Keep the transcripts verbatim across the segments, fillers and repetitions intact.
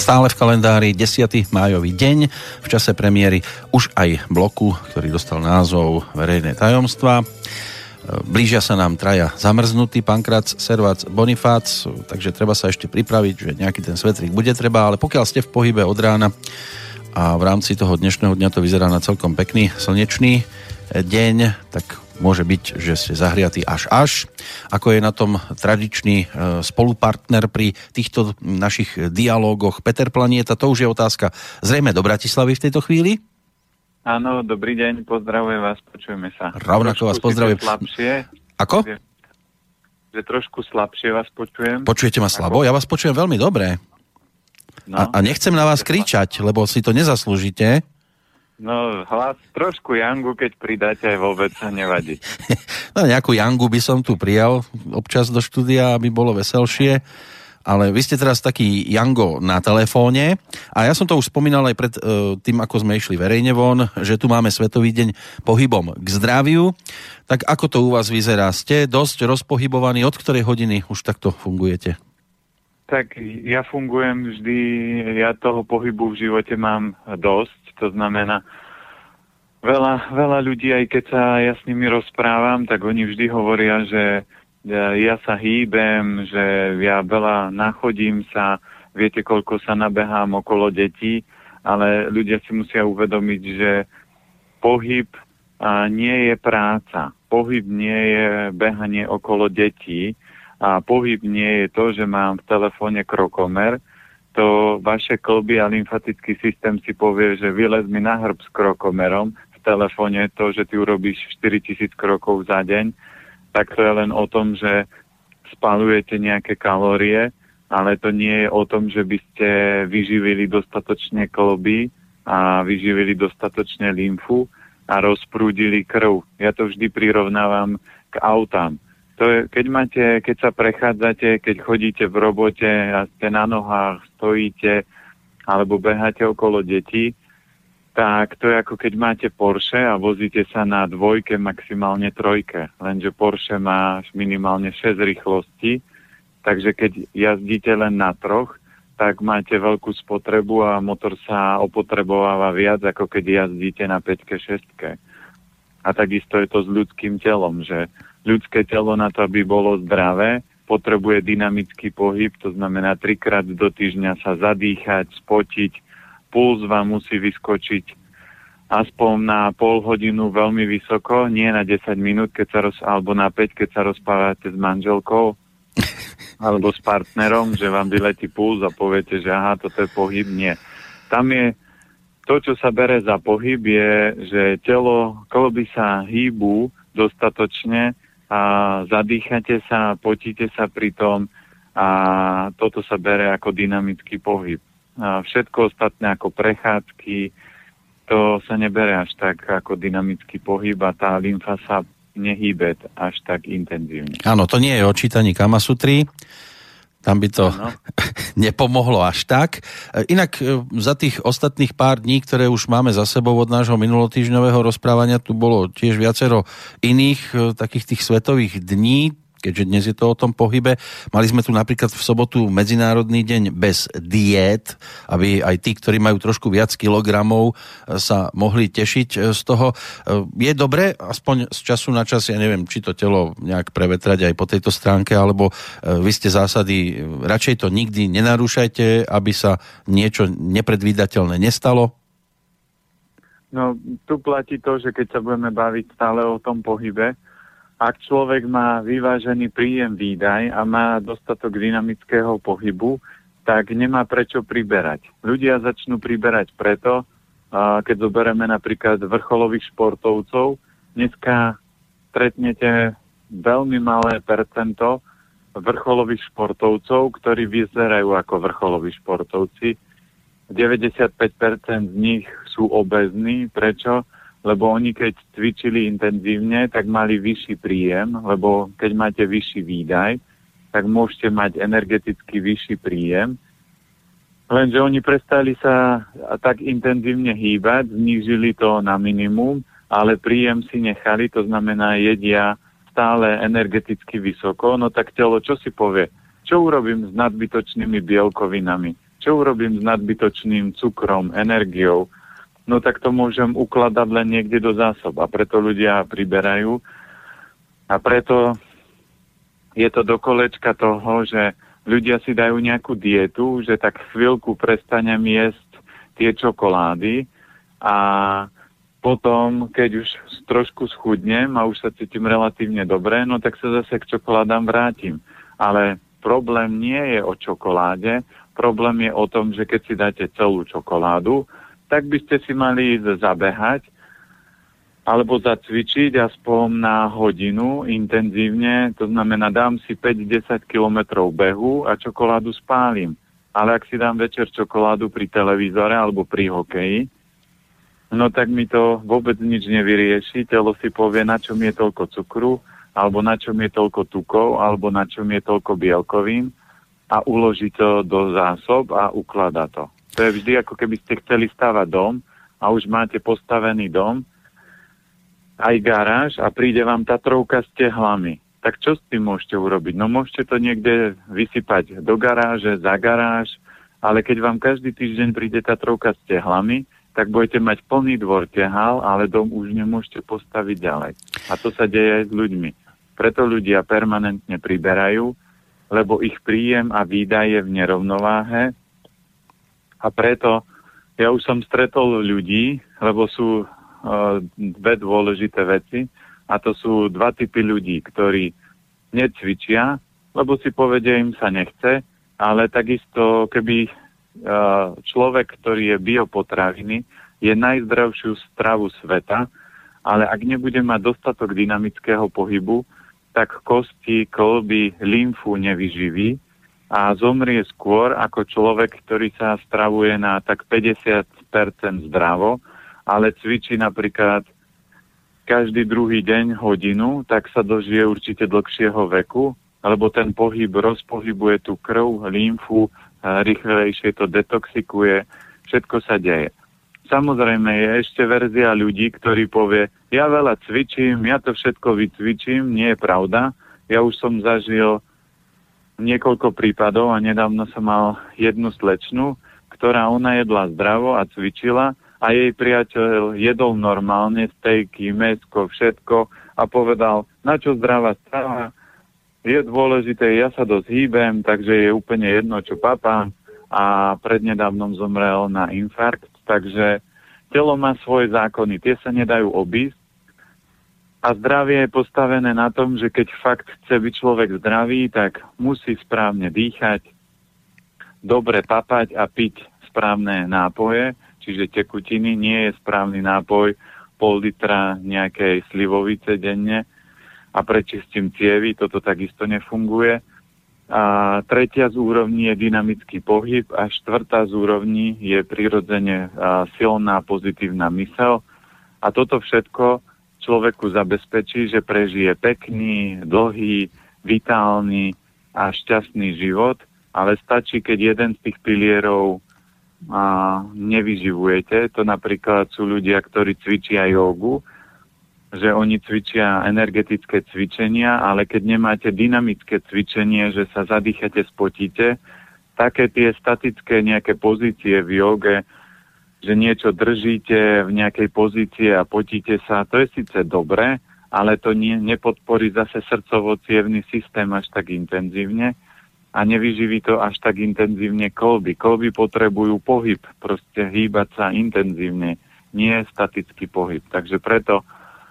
stále v kalendári desiateho májový deň, v čase premiéry už aj bloku, ktorý dostal názov Verejné tajomstvá. Blížia sa nám traja zamrznutí, Pankrác, Servac, Bonifác, takže treba sa ešte pripraviť, že nejaký ten svetrík bude treba, ale pokiaľ ste v pohybe od rána a v rámci toho dnešného dňa to vyzerá na celkom pekný slnečný deň, tak môže byť, že ste zahriatí až až. Ako je na tom tradičný spolupartner pri týchto našich dialógoch Peter Planieta, to už je otázka zrejme do Bratislavy v tejto chvíli. Áno, dobrý deň, pozdravujem vás, počujeme sa. Rovnako vás pozdravujem. Slabšie. Ako? Že, že trošku slabšie vás počujem. Počujete ma slabo? Ako? Ja vás počujem veľmi dobre. No, a, a nechcem na vás kričať, lebo si to nezaslúžite. No, hlas trošku jangu, keď pridáte, aj vôbec sa nevadí. No, nejakú jangu by som tu prijal občas do štúdia, aby bolo veselšie. Ale vy ste teraz taký jango na telefóne a ja som to už spomínal aj pred uh, tým, ako sme išli verejne von, že tu máme Svetový deň pohybom k zdraviu. Tak ako to u vás vyzerá? Ste dosť rozpohybovaní? Od ktorej hodiny už takto fungujete? Tak ja fungujem vždy, ja toho pohybu v živote mám dosť, to znamená veľa, veľa ľudí, aj keď sa ja s nimi rozprávam, tak oni vždy hovoria, že ja, ja sa hýbem, že ja veľa nachodím sa, viete, koľko sa nabehám okolo detí, ale ľudia si musia uvedomiť, že pohyb a, nie je práca, pohyb nie je behanie okolo detí, a pohyb nie je to, že mám v telefóne krokomer, to vaše kĺby a lymfatický systém si povie, že vylez mi na hrb s krokomerom, v telefóne to, že ty urobíš štyritisíc krokov za deň, tak to je len o tom, že spalujete nejaké kalórie, ale to nie je o tom, že by ste vyživili dostatočne kĺby a vyživili dostatočne lymfu a rozprúdili krv. Ja to vždy prirovnávam k autám. To je, keď máte, keď sa prechádzate, keď chodíte v robote a ste na nohách, stojíte alebo beháte okolo detí, tak to je ako keď máte Porsche a vozíte sa na dvojke, maximálne trojke. Lenže Porsche má minimálne šesť rýchlostí, takže keď jazdíte len na troch, tak máte veľkú spotrebu a motor sa opotrebováva viac, ako keď jazdíte na päťke, šestke. A takisto je to s ľudským telom, že ľudské telo na to, aby bolo zdravé, potrebuje dynamický pohyb, to znamená trikrát do týždňa sa zadýchať, spotiť, puls vám musí vyskočiť aspoň na pol hodinu veľmi vysoko, nie na desať minút, keď sa roz, alebo na päť, keď sa rozprávate s manželkou alebo s partnerom, že vám vyletí puls a poviete, že aha, toto je pohyb, nie. Tam je to, čo sa bere za pohyb, je, že telo, kĺby sa hýbu dostatočne, a zadýchate sa, potíte sa pri tom a toto sa bere ako dynamický pohyb. A všetko ostatné ako prechádzky, to sa nebere až tak ako dynamický pohyb a tá lymfa sa nehýbe až tak intenzívne. Áno, to nie je o čítaní Kamasutry. Tam by to no. nepomohlo až tak. Inak za tých ostatných pár dní, ktoré už máme za sebou od nášho minulotýždňového rozprávania, tu bolo tiež viacero iných takých tých svetových dní, keďže dnes je to o tom pohybe. Mali sme tu napríklad v sobotu Medzinárodný deň bez diét, aby aj tí, ktorí majú trošku viac kilogramov, sa mohli tešiť z toho. Je dobre, aspoň z času na čas, ja neviem, či to telo nejak prevetrať aj po tejto stránke, alebo vy ste zásady, radšej to nikdy nenarúšajte, aby sa niečo nepredvídateľné nestalo? No, tu platí to, že keď sa budeme baviť stále o tom pohybe, ak človek má vyvážený príjem výdaj a má dostatok dynamického pohybu, tak nemá prečo priberať. Ľudia začnú priberať preto, keď zoberieme napríklad vrcholových športovcov, dneska stretnete veľmi malé percento vrcholových športovcov, ktorí vyzerajú ako vrcholoví športovci. deväťdesiatpäť percent z nich sú obézní. Prečo? Lebo oni keď cvičili intenzívne, tak mali vyšší príjem, lebo keď máte vyšší výdaj, tak môžete mať energeticky vyšší príjem. Lenže oni prestali sa tak intenzívne hýbať, znížili to na minimum, ale príjem si nechali, to znamená jedia stále energeticky vysoko, no tak telo čo si povie? Čo urobím s nadbytočnými bielkovinami? Čo urobím s nadbytočným cukrom, energiou? No tak to môžem ukladať len niekde do zásob a preto ľudia priberajú a preto je to do kolečka toho, že ľudia si dajú nejakú dietu, že tak chvíľku prestanem jesť tie čokolády a potom, keď už trošku schudnem a už sa cítim relatívne dobre, no tak sa zase k čokoládám vrátim. Ale problém nie je o čokoláde, problém je o tom, že keď si dáte celú čokoládu, tak by ste si mali ísť zabehať alebo zacvičiť aspoň na hodinu intenzívne, to znamená dám si päť až desať kilometrov behu a čokoládu spálim. Ale ak si dám večer čokoládu pri televízore alebo pri hokeji, no tak mi to vôbec nič nevyrieši. Telo si povie, na čom je toľko cukru, alebo na čom je toľko tukov, alebo na čom je toľko bielkovín a uloží to do zásob a ukladá to. To je vždy ako keby ste chceli stavať dom a už máte postavený dom, aj garáž a príde vám Tatrovka s tehlami. Tak čo s tým môžete urobiť? No môžete to niekde vysypať do garáže, za garáž, ale keď vám každý týždeň príde Tatrovka s tehlami, tak budete mať plný dvor tehal, ale dom už nemôžete postaviť ďalej. A to sa deje aj s ľuďmi. Preto ľudia permanentne priberajú, lebo ich príjem a výdaj je v nerovnováhe. A preto ja už som stretol ľudí, lebo sú uh, dve dôležité veci, a to sú dva typy ľudí, ktorí necvičia, lebo si povedia, im sa nechce, ale takisto, keby uh, človek, ktorý je biopotraviny, je najzdravšiu stravu sveta, ale ak nebude mať dostatok dynamického pohybu, tak kosti, kĺby, lymfu nevyživí a zomrie skôr ako človek, ktorý sa stravuje na tak päťdesiat percent zdravo, ale cvičí napríklad každý druhý deň hodinu, tak sa dožije určite dlhšieho veku, lebo ten pohyb rozpohybuje tú krv, lymfu, rýchlejšie to detoxikuje, všetko sa deje. Samozrejme je ešte verzia ľudí, ktorí povie, ja veľa cvičím, ja to všetko vycvičím, nie je pravda. Ja už som zažil niekoľko prípadov a nedávno som mal jednu slečnu, ktorá ona jedla zdravo a cvičila a jej priateľ jedol normálne, stejky, mäsko, všetko a povedal, na čo zdravá strava, je dôležité, ja sa dosť hýbem, takže je úplne jedno, čo papám a prednedávnom zomrel na infarkt, takže telo má svoje zákony, tie sa nedajú obísť. A zdravie je postavené na tom, že keď fakt chce byť človek zdravý, tak musí správne dýchať, dobre papať a piť správne nápoje, čiže tekutiny, nie je správny nápoj pol litra nejakej slivovice denne a prečistím cievy, toto takisto nefunguje. A tretia z úrovní je dynamický pohyb a štvrtá z úrovní je prirodzene silná pozitívna myseľ a toto všetko človeku zabezpečí, že prežije pekný, dlhý, vitálny a šťastný život, ale stačí, keď jeden z tých pilierov a, nevyživujete. To napríklad sú ľudia, ktorí cvičia jogu, že oni cvičia energetické cvičenia, ale keď nemáte dynamické cvičenie, že sa zadýchate, spotíte, také tie statické nejaké pozície v joge, že niečo držíte v nejakej pozícii a potíte sa, to je síce dobré, ale to nie, nepodporí zase srdcovo-cievny systém až tak intenzívne a nevyživí to až tak intenzívne kĺby. Kĺby potrebujú pohyb, proste hýbať sa intenzívne, nie statický pohyb. Takže preto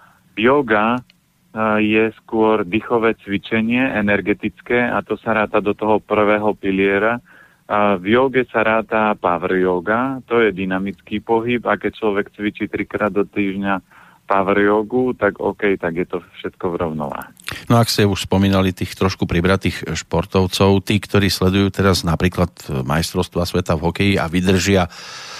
yoga je skôr dýchové cvičenie energetické a to sa ráta do toho prvého piliera. A v joge sa ráta power yoga, to je dynamický pohyb a keď človek cvičí trikrát do týždňa power jogu, tak OK, tak je to všetko v rovnováhe. No ak ste už spomínali tých trošku pribratých športovcov, tí, ktorí sledujú teraz napríklad majstrovstvá sveta v hokeji a vydržia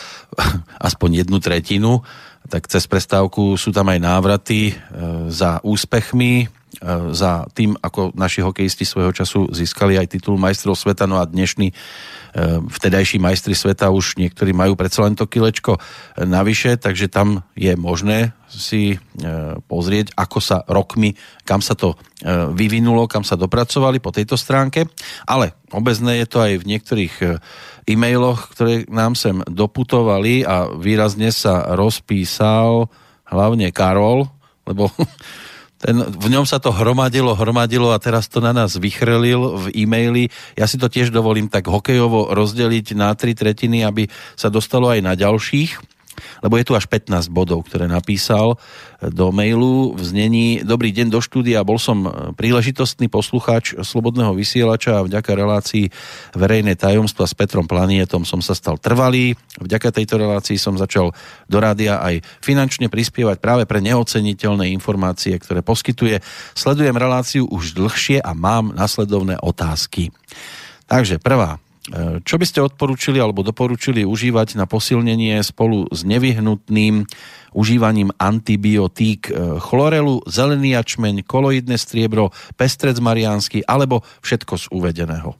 aspoň jednu tretinu, tak cez prestávku sú tam aj návraty za úspechmi. za tým, ako naši hokejisti svojho času získali aj titul majstrov sveta, no a dnešní vtedajší majstri sveta už niektorí majú predsa len to kilečko navyše, takže tam je možné si pozrieť, ako sa rokmi, kam sa to vyvinulo, kam sa dopracovali po tejto stránke, ale obezné je to aj v niektorých e-mailoch, ktoré nám sem doputovali a výrazne sa rozpísal hlavne Karol, lebo ten, v ňom sa to hromadilo, hromadilo a teraz to na nás vychrlil v e-maili. Ja si to tiež dovolím tak hokejovo rozdeliť na tri tretiny, aby sa dostalo aj na ďalších, lebo je tu až pätnásť bodov, ktoré napísal do mailu v znení: Dobrý deň do štúdia, bol som príležitostný poslucháč Slobodného vysielača a vďaka relácii Verejné tajomstva s Petrom Planietom som sa stal trvalý. Vďaka tejto relácii som začal do rádia aj finančne prispievať práve pre neoceniteľné informácie, ktoré poskytuje. Sledujem reláciu už dlhšie a mám nasledovné otázky. Takže prvá. Čo by ste odporúčili alebo doporučili užívať na posilnenie spolu s nevyhnutným užívaním antibiotík? Chlorelu, zelený jačmeň, koloidné striebro, pestrec mariánsky alebo všetko z uvedeného?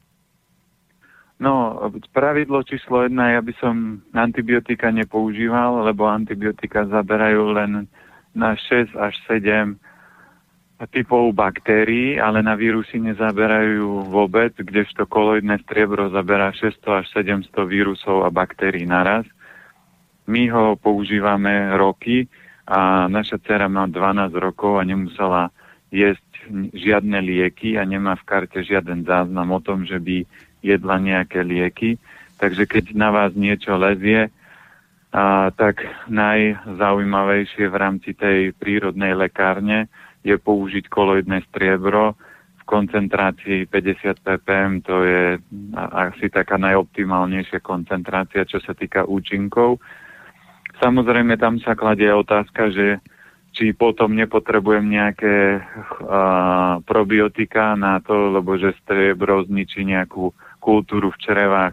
No, pravidlo číslo jedna, ja by som antibiotika nepoužíval, lebo antibiotika zaberajú len na šesť až sedem typov baktérií, ale na vírusy nezaberajú vôbec, kdežto koloidné striebro zaberá šesťsto až sedemsto vírusov a baktérií naraz. My ho používame roky a naša dcera má dvanásť rokov a nemusela jesť žiadne lieky a nemá v karte žiaden záznam o tom, že by jedla nejaké lieky. Takže keď na vás niečo lezie, a tak najzaujímavejšie v rámci tej prírodnej lekárne je použiť koloidné striebro v koncentrácii päťdesiat ppm, to je asi taká najoptimálnejšia koncentrácia, čo sa týka účinkov. Samozrejme, tam sa kladie otázka, že či potom nepotrebujem nejaké uh, probiotika na to, lebo že striebro zničí nejakú kultúru v črevách.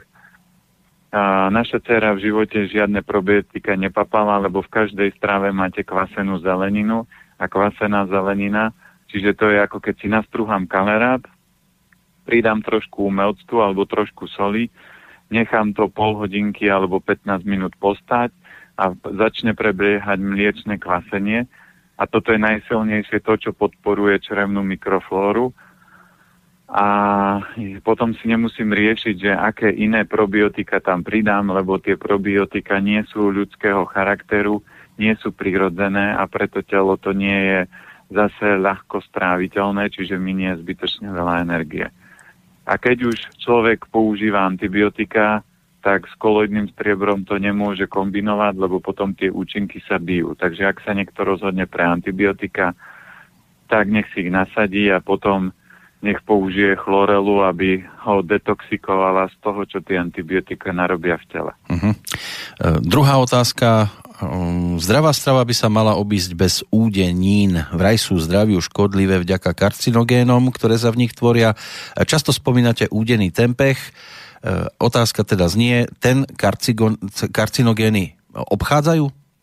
A naša dcera v živote žiadne probiotika nepapala, lebo v každej strave máte kvasenú zeleninu a kvasená zelenina, čiže to je ako keď si nastrúham kamerát, pridám trošku umelctu alebo trošku soli, nechám to pol hodinky alebo pätnásť minút postať a začne prebiehať mliečne kvasenie a toto je najsilnejšie to, čo podporuje črevnú mikroflóru a potom si nemusím riešiť, že aké iné probiotika tam pridám, lebo tie probiotika nie sú ľudského charakteru, nie sú prirodzené a preto telo to nie je zase ľahko stráviteľné, čiže minie zbytočne veľa energie. A keď už človek používa antibiotika, tak s koloidným striebrom to nemôže kombinovať, lebo potom tie účinky sa bijú. Takže ak sa niekto rozhodne pre antibiotika, tak nech si ich nasadí a potom nech použije chlorelu, aby ho detoxikovala z toho, čo tie antibiotika narobia v tele. Uh-huh. E, druhá otázka. Zdravá strava by sa mala obísť bez údenín. Vraj sú zdraviu škodlivé vďaka karcinogénom, ktoré sa v nich tvoria. Často spomínate údený tempeh. Otázka teda znie, ten karcinogény obchádzajú?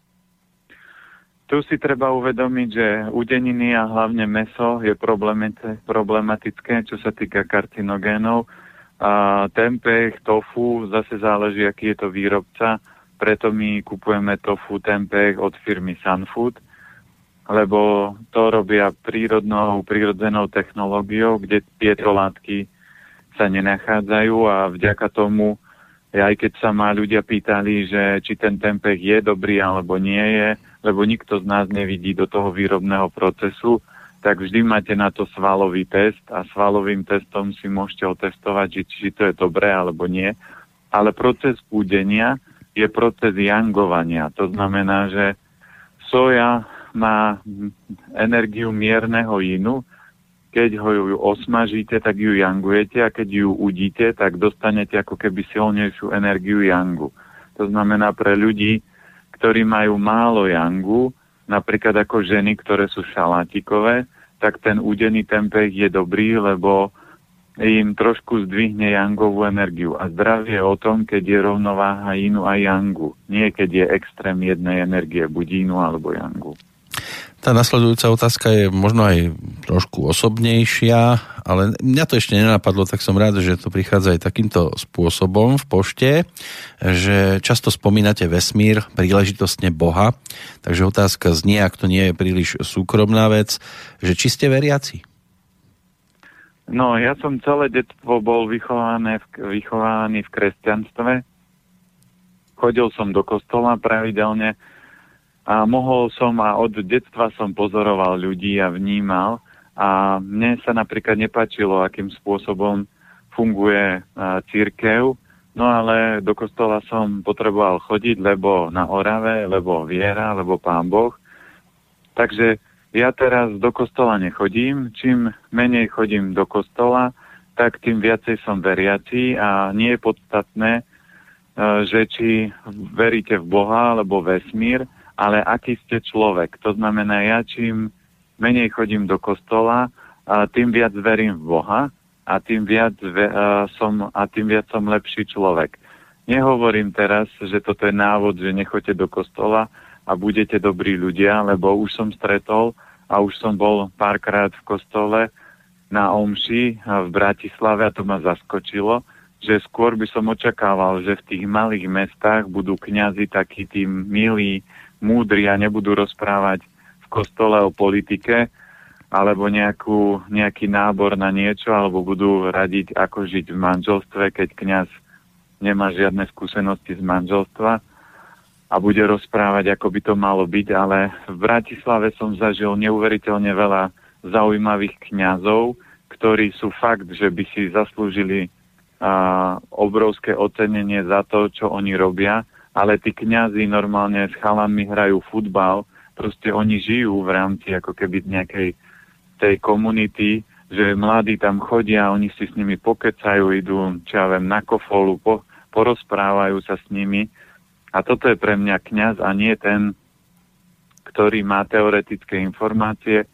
Tu si treba uvedomiť, že údeniny a hlavne mäso je problematické, čo sa týka karcinogénov. A tempeh, tofu, zase záleží, aký je to výrobca. Preto my kupujeme tofu tempeh od firmy Sunfood, lebo to robia prírodnou, prírodzenou technológiou, kde tieto látky sa nenachádzajú a vďaka tomu, aj keď sa ma ľudia pýtali, že či ten tempeh je dobrý alebo nie je, lebo nikto z nás nevidí do toho výrobného procesu, tak vždy máte na to svalový test a svalovým testom si môžete otestovať, či, či to je dobré alebo nie. Ale proces púdenia je proces yangovania. To znamená, že soja má energiu mierneho inu. Keď ho ju osmažíte, tak ju yangujete a keď ju udíte, tak dostanete ako keby silnejšiu energiu yangu. To znamená pre ľudí, ktorí majú málo yangu, napríklad ako ženy, ktoré sú šalátikové, tak ten údený tempeh je dobrý, lebo im trošku zdvihne yangovú energiu. A zdravie je o tom, keď je rovnováha inu a yangu. Nie keď je extrém jednej energie, buď inu alebo yangu. Tá nasledujúca otázka je možno aj trošku osobnejšia, ale mňa to ešte nenapadlo, tak som rád, že to prichádza aj takýmto spôsobom v pošte, že často spomínate vesmír, príležitostne Boha, takže otázka znie, ak to nie je príliš súkromná vec, že či ste veriaci? No, ja som celé detstvo bol vychovaný v, vychovaný v kresťanstve. Chodil som do kostola pravidelne a mohol som a od detstva som pozoroval ľudí a vnímal a mne sa napríklad nepáčilo, akým spôsobom funguje a, cirkev, no ale do kostola som potreboval chodiť, lebo na Orave, lebo viera, lebo Pán Boh. Takže ja teraz do kostola nechodím, čím menej chodím do kostola, tak tým viacej som veriaci a nie je podstatné, že či veríte v Boha alebo vesmír, ale aký ste človek. To znamená, ja čím menej chodím do kostola, a tým viac verím v Boha a tým viac, ve, a som, a tým viac som lepší človek. Nehovorím teraz, že toto je návod, že nechoďte do kostola a budete dobrí ľudia, lebo už som stretol a už som bol párkrát v kostole na omši v Bratislave a to ma zaskočilo, že skôr by som očakával, že v tých malých mestách budú kňazi takí tí milí, múdri a nebudú rozprávať v kostole o politike alebo nejakú, nejaký nábor na niečo, alebo budú radiť, ako žiť v manželstve, keď kňaz nemá žiadne skúsenosti z manželstva a bude rozprávať, ako by to malo byť, ale v Bratislave som zažil neuveriteľne veľa zaujímavých kňazov, ktorí sú fakt, že by si zaslúžili a, obrovské ocenenie za to, čo oni robia, ale tí kňazi normálne s chalami hrajú futbal, proste oni žijú v rámci ako keby nejakej tej komunity, že mladí tam chodia, oni si s nimi pokecajú, idú, čo ja viem, na kofolu, po, porozprávajú sa s nimi. A toto je pre mňa kňaz a nie ten, ktorý má teoretické informácie,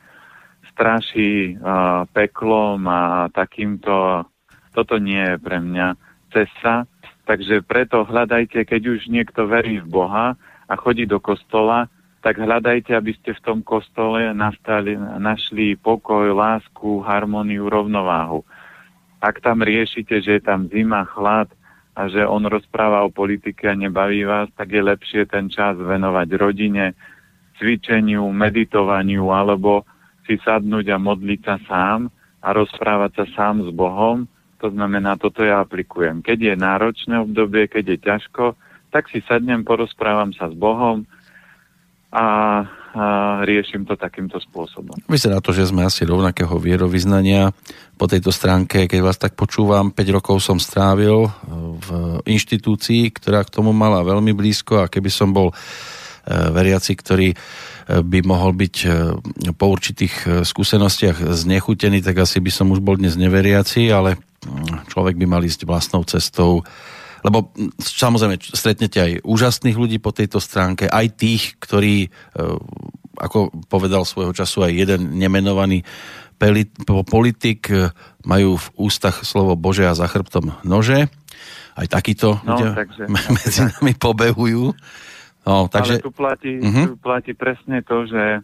straší uh, peklom a takýmto. Toto nie je pre mňa cesta. Takže preto hľadajte, keď už niekto verí v Boha a chodí do kostola, tak hľadajte, aby ste v tom kostole nastali, našli pokoj, lásku, harmóniu, rovnováhu. Ak tam riešite, že je tam zima, chlad a že on rozpráva o politike a nebaví vás, tak je lepšie ten čas venovať rodine, cvičeniu, meditovaniu alebo si sadnúť a modliť sa sám a rozprávať sa sám s Bohom. To znamená, toto ja aplikujem. Keď je náročné obdobie, keď je ťažko, tak si sadnem, porozprávam sa s Bohom a, a riešim to takýmto spôsobom. Vyzerá to, že sme asi rovnakého vierovyznania. Po tejto stránke, keď vás tak počúvam, päť rokov som strávil v inštitúcii, ktorá k tomu mala veľmi blízko a keby som bol veriaci, ktorý by mohol byť po určitých skúsenostiach znechutený, tak asi by som už bol dnes neveriaci, ale človek by mal ísť vlastnou cestou, lebo samozrejme stretnete aj úžasných ľudí po tejto stránke, aj tých, ktorí, ako povedal svojho času aj jeden nemenovaný politik, majú v ústach slovo Bože a za chrbtom nože. Aj takíto no, ľudia takže, medzi tak. nami pobehujú. No, takže... Ale tu platí, uh-huh. tu platí presne to, že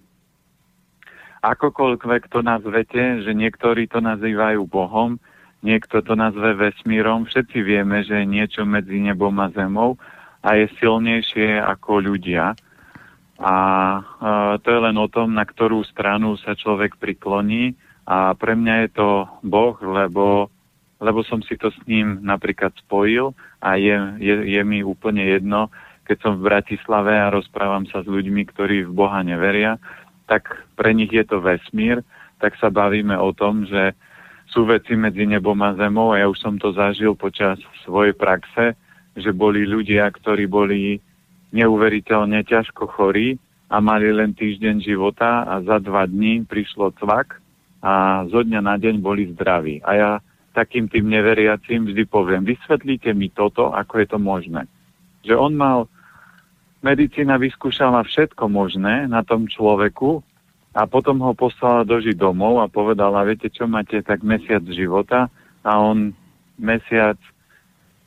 akokoľvek to nazvete, že niektorí to nazývajú Bohom, niekto to nazve vesmírom, všetci vieme, že je niečo medzi nebom a zemou a je silnejšie ako ľudia. A, a to je len o tom, na ktorú stranu sa človek prikloní a pre mňa je to Boh, lebo, lebo som si to s ním napríklad spojil a je, je, je mi úplne jedno, keď som v Bratislave a rozprávam sa s ľuďmi, ktorí v Boha neveria, tak pre nich je to vesmír, tak sa bavíme o tom, že sú veci medzi nebom a zemou a ja už som to zažil počas svojej praxe, že boli ľudia, ktorí boli neuveriteľne ťažko chorí a mali len týždeň života a za dva dní prišlo cvak a zo dňa na deň boli zdraví. A ja takým tým neveriacím vždy poviem, vysvetlíte mi toto, ako je to možné. Že on mal, medicína vyskúšala všetko možné na tom človeku, a potom ho poslala dožiť domov a povedala, viete čo, máte tak mesiac života a on mesiac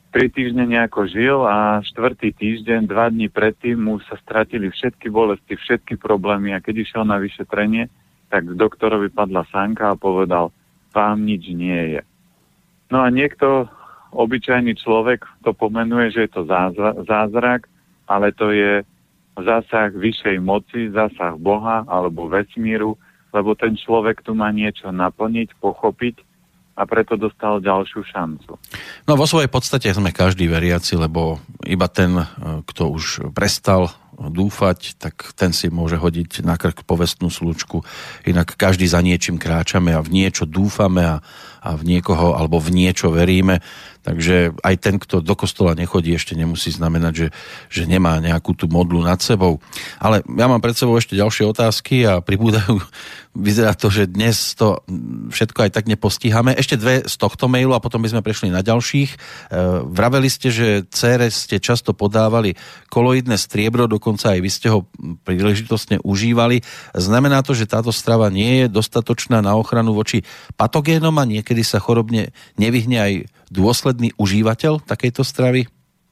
tri týždne nejako žil a štvrtý týždeň, dva dní predtým mu sa stratili všetky bolesti, všetky problémy a keď išiel na vyšetrenie, tak doktorovi padla sánka a povedal, vám nič nie je. No a niekto, obyčajný človek, to pomenuje, že je to zázrak, ale to je zásah vyššej moci, zásah Boha alebo vesmíru, lebo ten človek tu má niečo naplniť, pochopiť, a preto dostal ďalšiu šancu. No vo svojej podstate sme každý veriaci, lebo iba ten, kto už prestal dúfať, tak ten si môže hodiť na krk povestnú slučku. Inak každý za niečím kráčame a v niečo dúfame a, a v niekoho alebo v niečo veríme. Takže aj ten, kto do kostola nechodí, ešte nemusí znamenať, že, že nemá nejakú tú modlu nad sebou. Ale ja mám pred sebou ešte ďalšie otázky a pribúdajú. Vyzerá to, že dnes to všetko aj tak nepostíhame. Ešte dve z tohto mailu a potom by sme prešli na ďalších. Vraveli ste, že dcére ste často podávali koloidné striebro, dokonca aj vy ste ho príležitostne užívali. Znamená to, že táto strava nie je dostatočná na ochranu voči patogénom a niekedy sa chorobne nevyhne aj dôsledný užívateľ takejto stravy?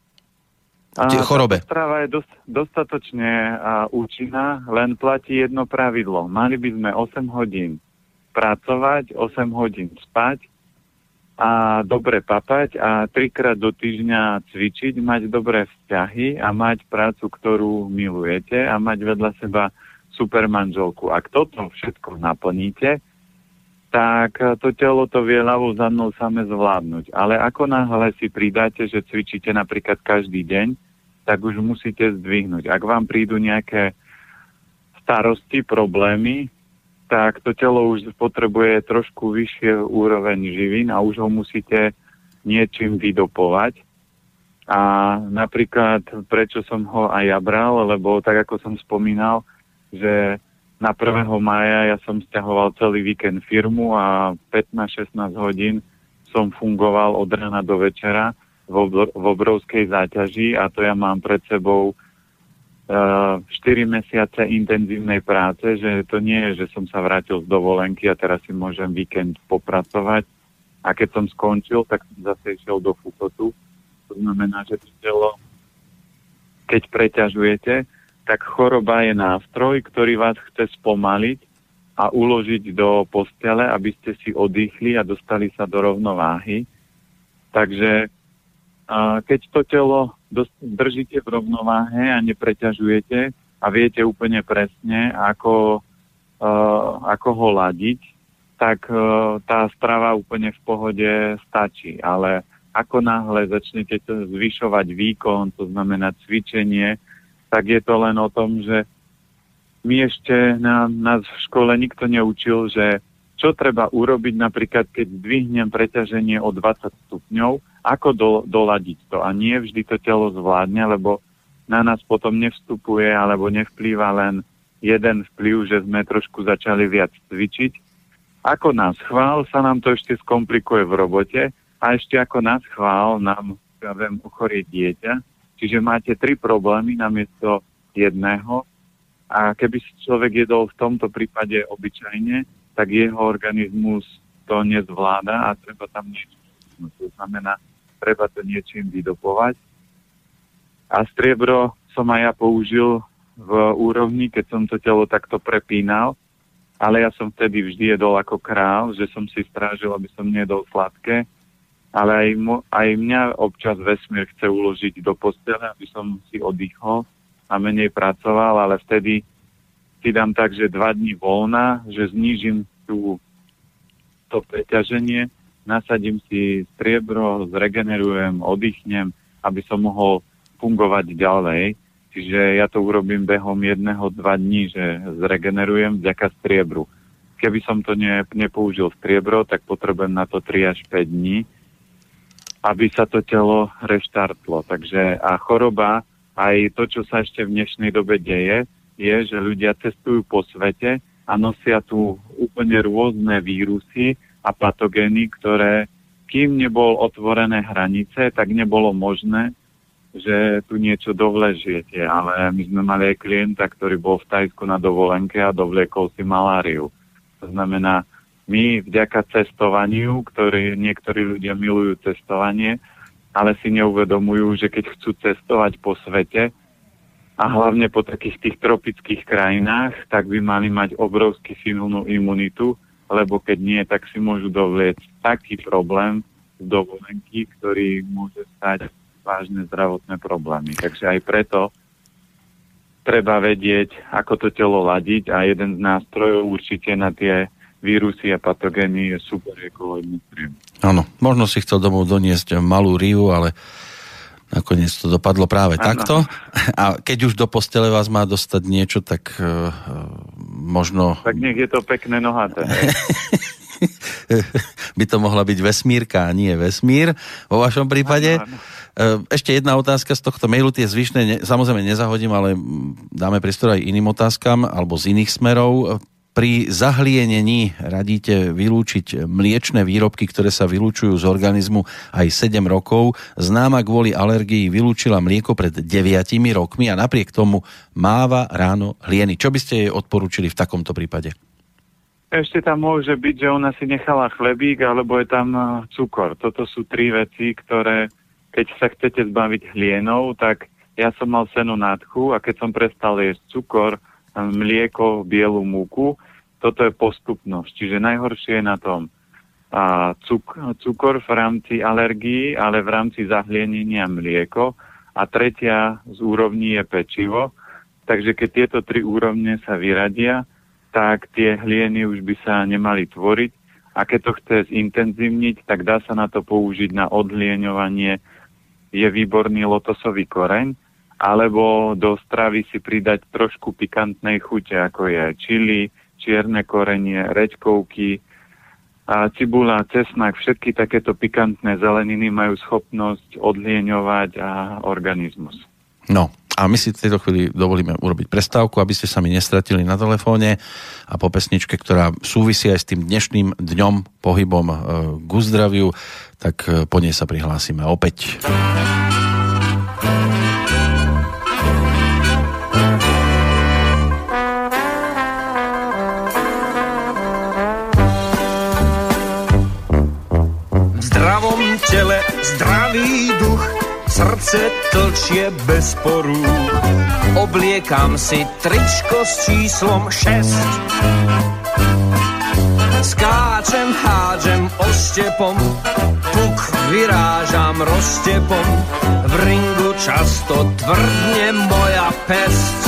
A chorobe. Táto strava je dosť, dostatočne a, účinná, len platí jedno pravidlo. Mali by sme osem hodín pracovať, osem hodín spať a dobre papať a trikrát do týždňa cvičiť, mať dobré vzťahy a mať prácu, ktorú milujete a mať vedľa seba super manželku. Ak toto všetko naplníte, tak to telo to vie ľavou zadnou same zvládnuť. Ale ako náhle si pridáte, že cvičíte napríklad každý deň, tak už musíte zdvihnúť. Ak vám prídu nejaké starosti, problémy, tak to telo už potrebuje trošku vyššie úroveň živín a už ho musíte niečím vydopovať. A napríklad, prečo som ho aj ja bral, lebo tak ako som spomínal, že na prvého mája ja som sťahoval celý víkend firmu a pätnásť šestnásť hodín som fungoval od rána do večera v, obr- v obrovskej záťaži a to ja mám pred sebou uh, štyri mesiace intenzívnej práce, že to nie je, že som sa vrátil z dovolenky a teraz si môžem víkend popracovať a keď som skončil, tak som zase išiel do fukotu. To znamená, že to telo, keď preťažujete, tak choroba je nástroj, ktorý vás chce spomaliť a uložiť do postele, aby ste si oddychli a dostali sa do rovnováhy. Takže a keď to telo držíte v rovnováhe a nepreťažujete a viete úplne presne, ako, uh, ako ho ladiť, tak uh, tá strava úplne v pohode stačí. Ale ako náhle začnete zvyšovať výkon, to znamená cvičenie, tak je to len o tom, že my ešte na, nás v škole nikto neučil, že čo treba urobiť napríklad, keď zdvihnem preťaženie o dvadsať stupňov, ako do, doladiť to. A nie vždy to telo zvládne, lebo na nás potom nevstupuje alebo nevplýva len jeden vplyv, že sme trošku začali viac cvičiť. Ako nás chvál, sa nám to ešte skomplikuje v robote a ešte ako nás chvál, nám, ja viem, ochorieť dieťa. Čiže máte tri problémy namiesto jedného a keby si človek jedol v tomto prípade obyčajne, tak jeho organizmus to nezvláda a treba tam niečo. No, to znamená, treba to niečím vydopovať. A striebro som aj ja použil v úrovni, keď som to telo takto prepínal, ale ja som vtedy vždy jedol ako král, že som si strážil, aby som nejedol sladké. Ale aj, mo, aj mňa občas vesmír chce uložiť do postele, aby som si oddychol a menej pracoval, ale vtedy si dám tak, že dva dní voľna, že znížim tú, to preťaženie, nasadím si striebro, zregenerujem, oddychnem, aby som mohol fungovať ďalej. Čiže ja to urobím behom jedného, dva dní, že zregenerujem vďaka striebru. Keby som to ne, nepoužil striebro, tak potrebujem na to tri až päť dní, aby sa to telo reštartlo. Takže a choroba, aj to, čo sa ešte v dnešnej dobe deje, je, že ľudia cestujú po svete a nosia tu úplne rôzne vírusy a patogény, ktoré, kým nebol otvorené hranice, tak nebolo možné, že tu niečo dovležiete. Ale my sme mali aj klienta, ktorý bol v Tajsku na dovolenke a dovliekol si maláriu. To znamená, my vďaka cestovaniu, ktorý niektorí ľudia milujú cestovanie, ale si neuvedomujú, že keď chcú cestovať po svete a hlavne po takých tých tropických krajinách, tak by mali mať obrovský silnú imunitu, lebo keď nie, tak si môžu dovliecť taký problém z dovolenky, ktorý môže stať vážne zdravotné problémy. Takže aj preto treba vedieť, ako to telo ladiť a jeden z nástrojov určite na tie vírusy a patogény je super ekoloidný krém. Áno, možno si chcel domov doniesť malú riu, ale nakoniec to dopadlo práve ano. takto. A keď už do postele vás má dostať niečo, tak uh, možno... Tak nech je to pekné nohaté. By to mohla byť vesmírka a nie vesmír vo vašom prípade. Ano, ano. Ešte jedna otázka z tohto mailu, tie zvyšné ne, samozrejme nezahodím, ale dáme priestor aj iným otázkam alebo z iných smerov. Pri zahlienení radíte vylúčiť mliečne výrobky, ktoré sa vylúčujú z organizmu aj sedem rokov. Známa kvôli alergii vylúčila mlieko pred deviatimi rokmi a napriek tomu máva ráno hlieny. Čo by ste jej odporúčili v takomto prípade? Ešte tam môže byť, že ona si nechala chlebík alebo je tam cukor. Toto sú tri veci, ktoré keď sa chcete zbaviť hlienov, tak ja som mal senu nádchu a keď som prestal jesť cukor, mlieko, bielu múku, toto je postupnosť. Čiže najhoršie je na tom a cuk- cukor v rámci alergií, ale v rámci zahlienenia mlieko a tretia z úrovní je pečivo. Takže keď tieto tri úrovne sa vyradia, tak tie hlieny už by sa nemali tvoriť a keď to chce zintenzívniť, tak dá sa na to použiť na odhlieňovanie. Je výborný lotosový koreň, alebo do stravy si pridať trošku pikantnej chute, ako je čili, čierne korenie, rečkovky, a cibula, cesnak, všetky takéto pikantné zeleniny majú schopnosť odlieňovať a organizmus. No, a my si v tejto chvíli dovolíme urobiť prestávku, aby ste sa mi nestratili na telefóne a po pesničke, ktorá súvisí aj s tým dnešným dňom pohybom e, k uzdraviu, tak e, po nej sa prihlásime opäť. V zdravom tele zdravý duch, srdce tlčie bez porúch. Obliekam si tričko s číslom šesť. Skáčem, hádžem oštepom, puk vyrážam roztepom. V ringu často tvrdne moja pesť.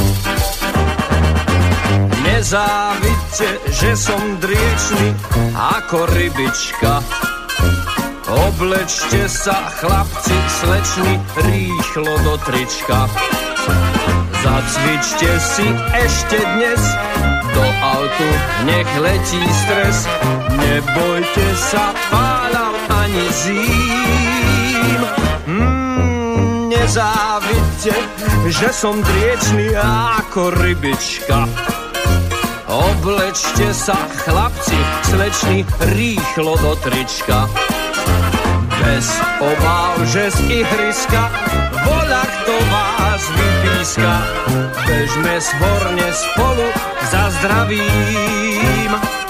Nezávidte, že som driečný ako rybička. Oblečte sa, chlapci, slečni, rýchlo do trička. Zacvičte si ešte dnes, do autu nech letí stres. Nebojte sa páľav ani zím. Mm, nezávidte, že som driečný ako rybička. Oblečte sa, chlapci, slečni, rýchlo do trička. Bez obáv, že z ihriska voľa kto vás vypíska. Bežme svorne spolu za zdravím.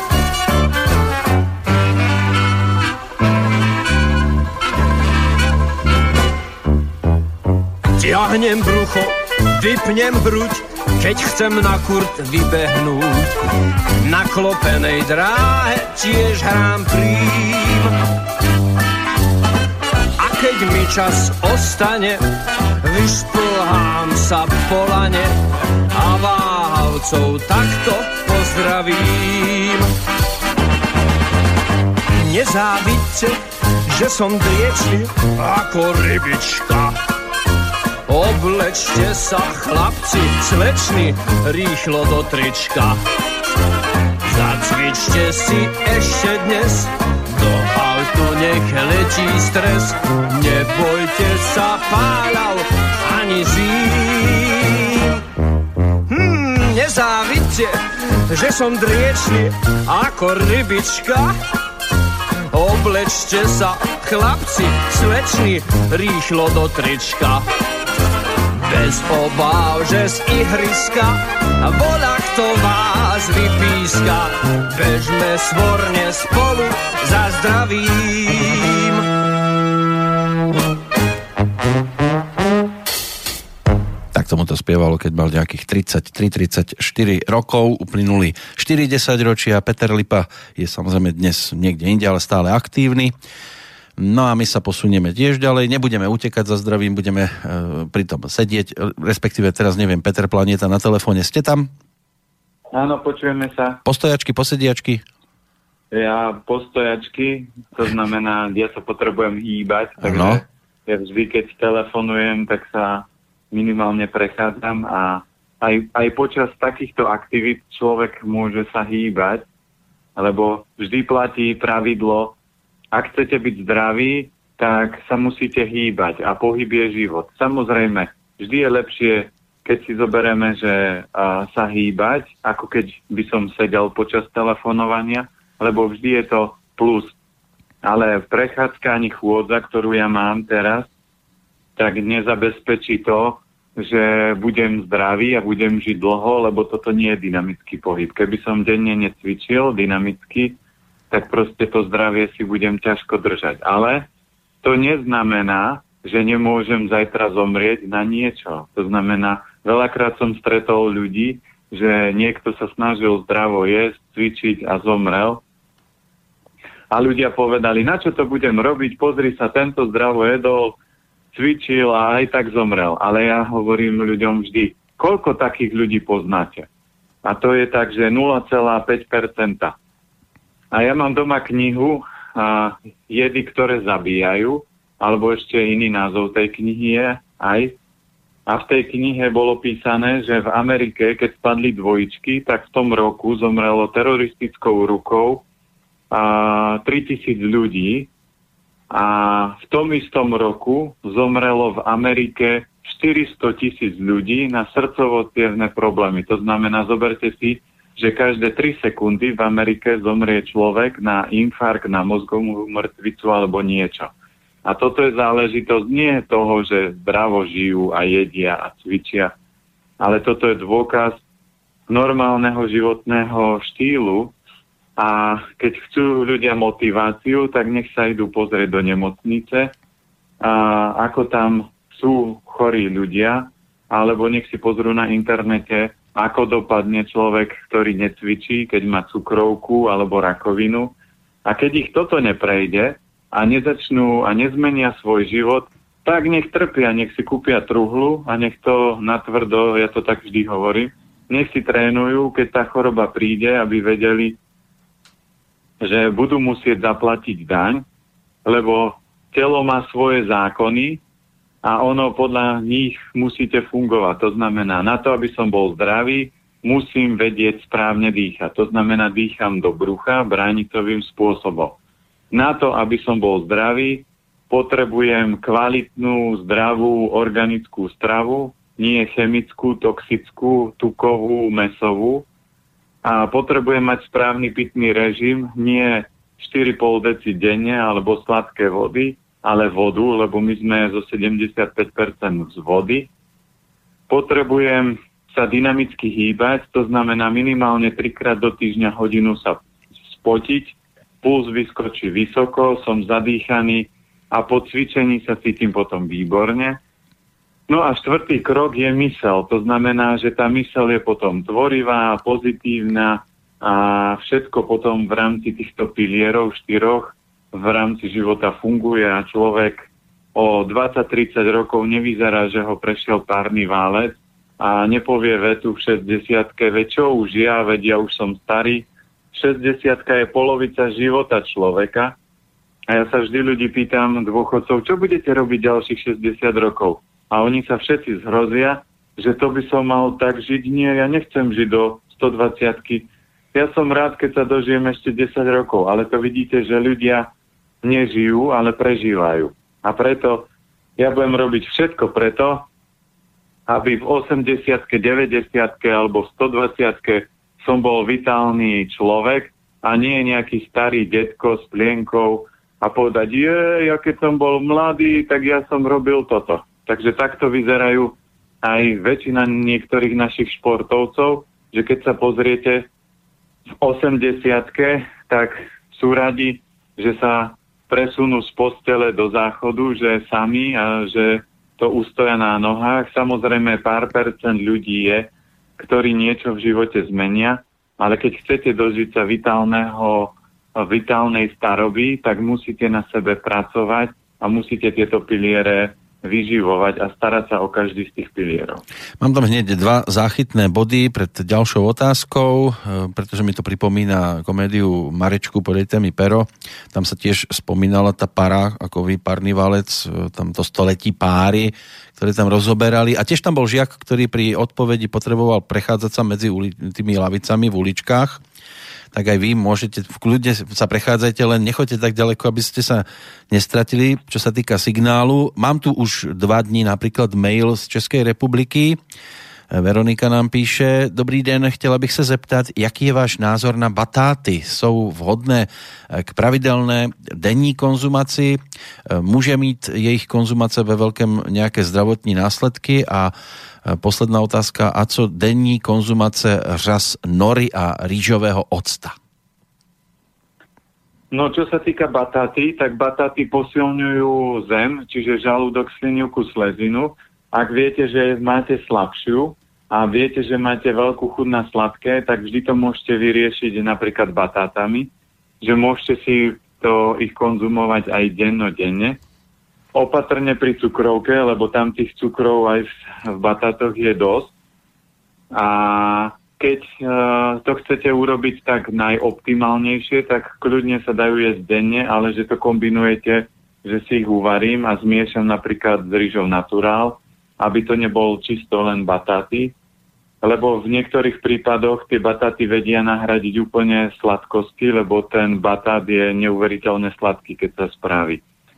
Ťahnem brucho, vypnem hruď, keď chcem na kurt vybehnúť. Na klopenej dráhe tiež hrám prím. Keď mi čas ostane, vyšplhám sa po lane a váhavcov takto pozdravím. Nezávidte, že som driečný ako rybička. Oblečte sa, chlapci, slečni, rýchlo do trička. Zacvičte si ešte dnes, do autu nech letí stres. Nebojte sa páľav ani zím. Hmm, nezávidte, že som driečný ako rybička. Oblečte sa, chlapci, slečni, rýchlo do trička. Bez obáv, že z ihriska voľa kto vás vypíska. Bežme svorne spolu za zdravím. tomu to spievalo, keď mal nejakých tridsaťtri tridsaťštyri rokov, uplynuli štyri desaťročia. Peter Lipa je samozrejme dnes niekde inde, ale stále aktívny. No a my sa posunieme tiež ďalej, nebudeme utekať za zdravím, budeme e, pritom sedieť, respektíve teraz neviem, Peter Planieta na telefóne, ste tam? Áno, počujeme sa. Postojačky, posediačky? Ja postojačky, to znamená, ja sa potrebujem hýbať, takže ja vždy, keď telefonujem, tak sa minimálne prechádzam a aj, aj počas takýchto aktivít človek môže sa hýbať, lebo vždy platí pravidlo, ak chcete byť zdraví, tak sa musíte hýbať a pohyb je život. Samozrejme, vždy je lepšie, keď si zoberieme, že a, sa hýbať, ako keď by som sedel počas telefonovania, lebo vždy je to plus. Ale prechádzka ani chôdza, ktorú ja mám teraz, tak nezabezpečí to, že budem zdravý a budem žiť dlho, lebo toto nie je dynamický pohyb. Keby som denne necvičil dynamicky, tak proste to zdravie si budem ťažko držať. Ale to neznamená, že nemôžem zajtra zomrieť na niečo. To znamená, veľakrát som stretol ľudí, že niekto sa snažil zdravo jesť, cvičiť a zomrel. A ľudia povedali, na čo to budem robiť, pozri sa, tento zdravo jedol, cvičil a aj tak zomrel. Ale ja hovorím ľuďom vždy, koľko takých ľudí poznáte? A to je tak, že nula celá päť percenta. A ja mám doma knihu a jedy, ktoré zabíjajú, alebo ešte iný názov tej knihy je aj. A v tej knihe bolo písané, že v Amerike, keď spadli dvojičky, tak v tom roku zomrelo teroristickou rukou a tritisíc ľudí a v tom istom roku zomrelo v Amerike štyristo tisíc ľudí na srdcovo-cievne problémy. To znamená, zoberte si, že každé tri sekundy v Amerike zomrie človek na infarkt, na mozgovú mŕtvicu alebo niečo. A toto je záležitosť nie toho, že zdravo žijú a jedia a cvičia, ale toto je dôkaz normálneho životného štýlu. A keď chcú ľudia motiváciu, tak nech sa idú pozrieť do nemocnice, a ako tam sú chorí ľudia, alebo nech si pozrú na internete, ako dopadne človek, ktorý necvičí, keď má cukrovku alebo rakovinu. A keď ich toto neprejde a nezačnú a nezmenia svoj život, tak nech trpia, nech si kúpia truhlu a nech to natvrdo, ja to tak vždy hovorím, nech si trénujú, keď tá choroba príde, aby vedeli, že budú musieť zaplatiť daň, lebo telo má svoje zákony a ono podľa nich musíte fungovať. To znamená, na to, aby som bol zdravý, musím vedieť správne dýchať. To znamená, dýcham do brucha bránitovým spôsobom. Na to, aby som bol zdravý, potrebujem kvalitnú, zdravú, organickú stravu, nie chemickú, toxickú, tukovú, mäsovú. A potrebujem mať správny pitný režim, nie štyri a pol deci denne alebo sladké vody, ale vodu, lebo my sme zo sedemdesiatpäť percent z vody. Potrebujem sa dynamicky hýbať, to znamená minimálne trikrát do týždňa hodinu sa spotiť, puls vyskočí vysoko, som zadýchaný a po cvičení sa cítim potom výborne. No a štvrtý krok je myseľ. To znamená, že tá myseľ je potom tvorivá, pozitívna a všetko potom v rámci týchto pilierov štyroch v rámci života funguje a človek o dvadsať tridsať rokov nevyzerá, že ho prešiel párny válec a nepovie vetu v šesťdesiatke, veď čo už ja, veď ja už som starý. šesťdesiatka je polovica života človeka a ja sa vždy ľudí pýtam, dôchodcov, čo budete robiť ďalších šesťdesiat rokov? A oni sa všetci zhrozia, že to by som mal tak žiť. Nie, ja nechcem žiť do stodvadsiatky. Ja som rád, keď sa dožijem ešte desať rokov, ale to vidíte, že ľudia nežijú, ale prežívajú. A preto ja budem robiť všetko preto, aby v osemdesiatke, deväťdesiatke alebo v stodvadsiatke som bol vitálny človek a nie nejaký starý detko s plienkou a povedať, je, ja keď som bol mladý, tak ja som robil toto. Takže takto vyzerajú aj väčšina niektorých našich športovcov, že keď sa pozriete v osemdesiatke, tak sú radi, že sa presunú z postele do záchodu, že sami a že to ustoja na nohách. Samozrejme pár percent ľudí je, ktorí niečo v živote zmenia, ale keď chcete dožiť sa vitálneho, vitálnej staroby, tak musíte na sebe pracovať a musíte tieto piliere vyživovať a starať sa o každý z tých pilierov. Mám tam hneď dva záchytné body pred ďalšou otázkou, pretože mi to pripomína komédiu Marečku podľa témy Pero. Tam sa tiež spomínala tá para, ako výparný valec, tam to století páry, ktoré tam rozoberali. A tiež tam bol žiak, ktorý pri odpovedi potreboval prechádzať sa medzi uli- tými lavicami v uličkách. Tak aj vy môžete v kľude sa prechádzajte, len nechoďte tak ďaleko, aby ste sa nestratili, čo sa týka signálu. Mám tu už dva dní napríklad mail z Českej republiky. Veronika nám píše: Dobrý den, chtěla bych se zeptat, jaký je váš názor na batáty? Jsou vhodné k pravidelné denní konzumaci? Může mít jejich konzumace ve veľkém nějaké zdravotní následky? A posledná otázka, a co denní konzumace řas nory a rýžového octa? No, čo sa týka batáty, tak batáty posilňujú zem, čiže žalúdok, slinivku, slezinu. Ak viete, že máte slabšiu a viete, že máte veľkú chuť na sladké, tak vždy to môžete vyriešiť napríklad batátami, že môžete si to ich konzumovať aj dennodenne. Opatrne pri cukrovke, lebo tam tých cukrov aj v, v batátoch je dosť. A keď uh, to chcete urobiť tak najoptimálnejšie, tak kľudne sa dajú jesť denne, ale že to kombinujete, že si ich uvarím a zmiešam napríklad s rýžou naturál, aby to nebol čisto len batáty, lebo v niektorých prípadoch tie batáty vedia nahradiť úplne sladkosti, lebo ten batát je neuveriteľne sladký, keď sa spraví.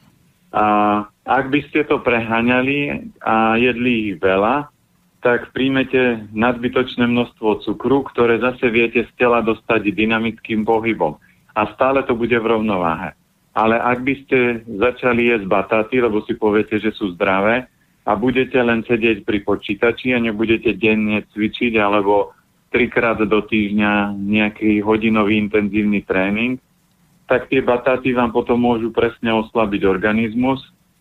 A ak by ste to preháňali a jedli ich veľa, tak príjmete nadbytočné množstvo cukru, ktoré zase viete z tela dostať dynamickým pohybom. A stále to bude v rovnováhe. Ale ak by ste začali jesť batáty, lebo si poviete, že sú zdravé, a budete len sedieť pri počítači a nebudete denne cvičiť alebo trikrát do týždňa nejaký hodinový intenzívny tréning, tak tie batáty vám potom môžu presne oslabiť organizmus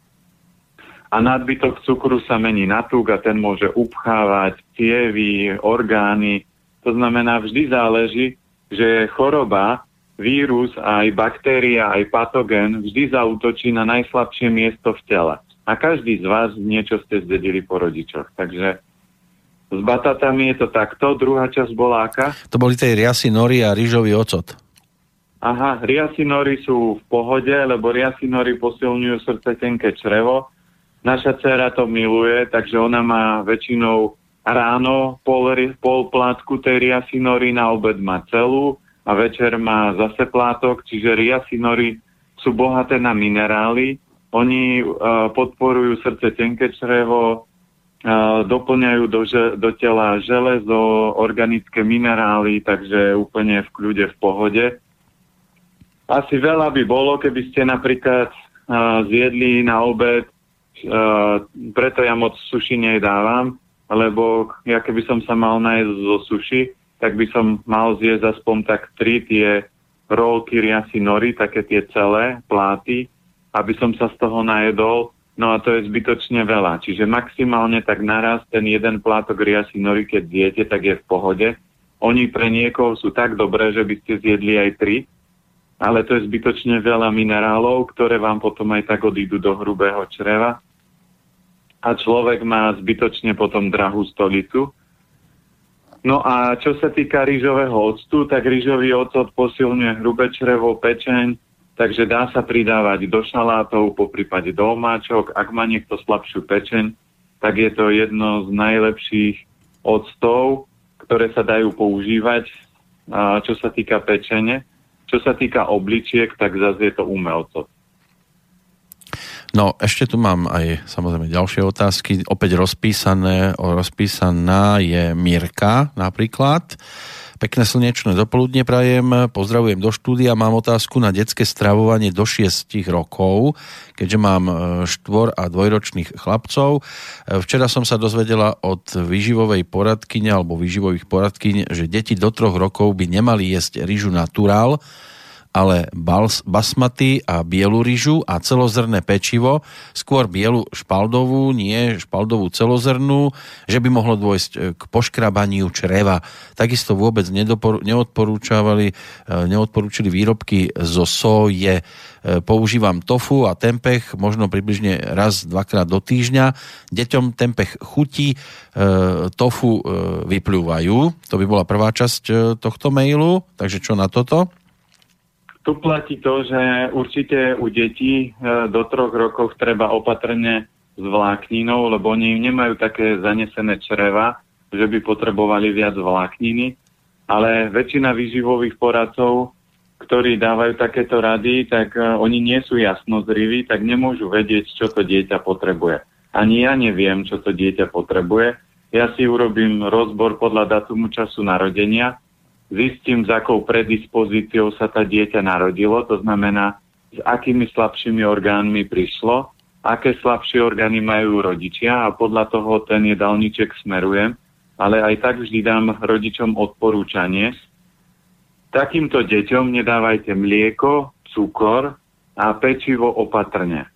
a nadbytok cukru sa mení na tuk a ten môže upchávať cievy, orgány. To znamená, vždy záleží, že choroba, vírus, aj baktéria, aj patogen vždy zaútočí na najslabšie miesto v tele. A každý z vás niečo ste zdedili po rodičoch. Takže s batátami je to takto. Druhá časť bola aká? To boli tej riasy, nory a rýžový ocot. Aha, riasy nory sú v pohode, lebo riasy nory posilňujú srdce, tenké črevo. Naša dcera to miluje, takže ona má väčšinou ráno pol, pol plátku tej riasy nory, na obed má celú a večer má zase plátok, čiže riasy nory sú bohaté na minerály. Oni uh, podporujú srdce, tenké črevo, uh, doplňajú do, že, do tela železo, organické minerály, takže úplne v kľude, v pohode. Asi veľa by bolo, keby ste napríklad uh, zjedli na obed, uh, preto ja moc suši nedávam, lebo ja keby som sa mal najesť zo suši, tak by som mal zjesť aspoň tak tri tie rolky riasy nory, také tie celé pláty, aby som sa z toho najedol, no a to je zbytočne veľa. Čiže maximálne tak naraz ten jeden plátok riasy nory, keď zjete, tak je v pohode. Oni pre niekoho sú tak dobré, že by ste zjedli aj tri, ale to je zbytočne veľa minerálov, ktoré vám potom aj tak odídu do hrubého čreva. A človek má zbytočne potom drahú stolicu. No a čo sa týka rýžového octu, tak rýžový ocot posilňuje hrubé črevo, pečeň, takže dá sa pridávať do šalátov, poprípade do omáčok. Ak má niekto slabšiu pečeň, tak je to jedno z najlepších octov, ktoré sa dajú používať, čo sa týka pečene. Čo sa týka obličiek, tak zase je to umelcov. No, ešte tu mám aj samozrejme ďalšie otázky. Opäť rozpísané, rozpísaná je Mirka napríklad. Pekné slnečné dopoludne prajem, pozdravujem do štúdia, mám otázku na detské stravovanie do šiestich rokov, keďže mám štvor- a dvojročných chlapcov. Včera som sa dozvedela od výživovej poradkyne alebo výživových poradkyň, že deti do troch rokov by nemali jesť rýžu naturál, ale bals, basmati a bielu ryžu a celozrné pečivo, skôr bielu špaldovú, nie špaldovú celozrnú, že by mohlo dôjsť k poškrabaniu čreva. Takisto vôbec nedopor- neodporúčavali, neodporúčili výrobky zo soje. Používam tofu a tempeh možno približne raz, dvakrát do týždňa. Deťom tempeh chutí, tofu vypľúvajú. To by bola prvá časť tohto mailu, takže čo na toto? Tu platí to, že určite u detí do troch rokov treba opatrne s vlákninou, lebo oni nemajú také zanesené čreva, že by potrebovali viac vlákniny, ale väčšina výživových poradcov, ktorí dávajú takéto rady, tak oni nie sú jasnozriví, tak nemôžu vedieť, čo to dieťa potrebuje. Ani ja neviem, čo to dieťa potrebuje. Ja si urobím rozbor podľa datumu času narodenia, zistím, s akou predispozíciou sa tá dieťa narodilo, to znamená, s akými slabšími orgánmi prišlo, aké slabšie orgány majú rodičia a podľa toho ten jedálniček smerujem, ale aj tak vždy dám rodičom odporúčanie. Takýmto deťom nedávajte mlieko, cukor a pečivo opatrne.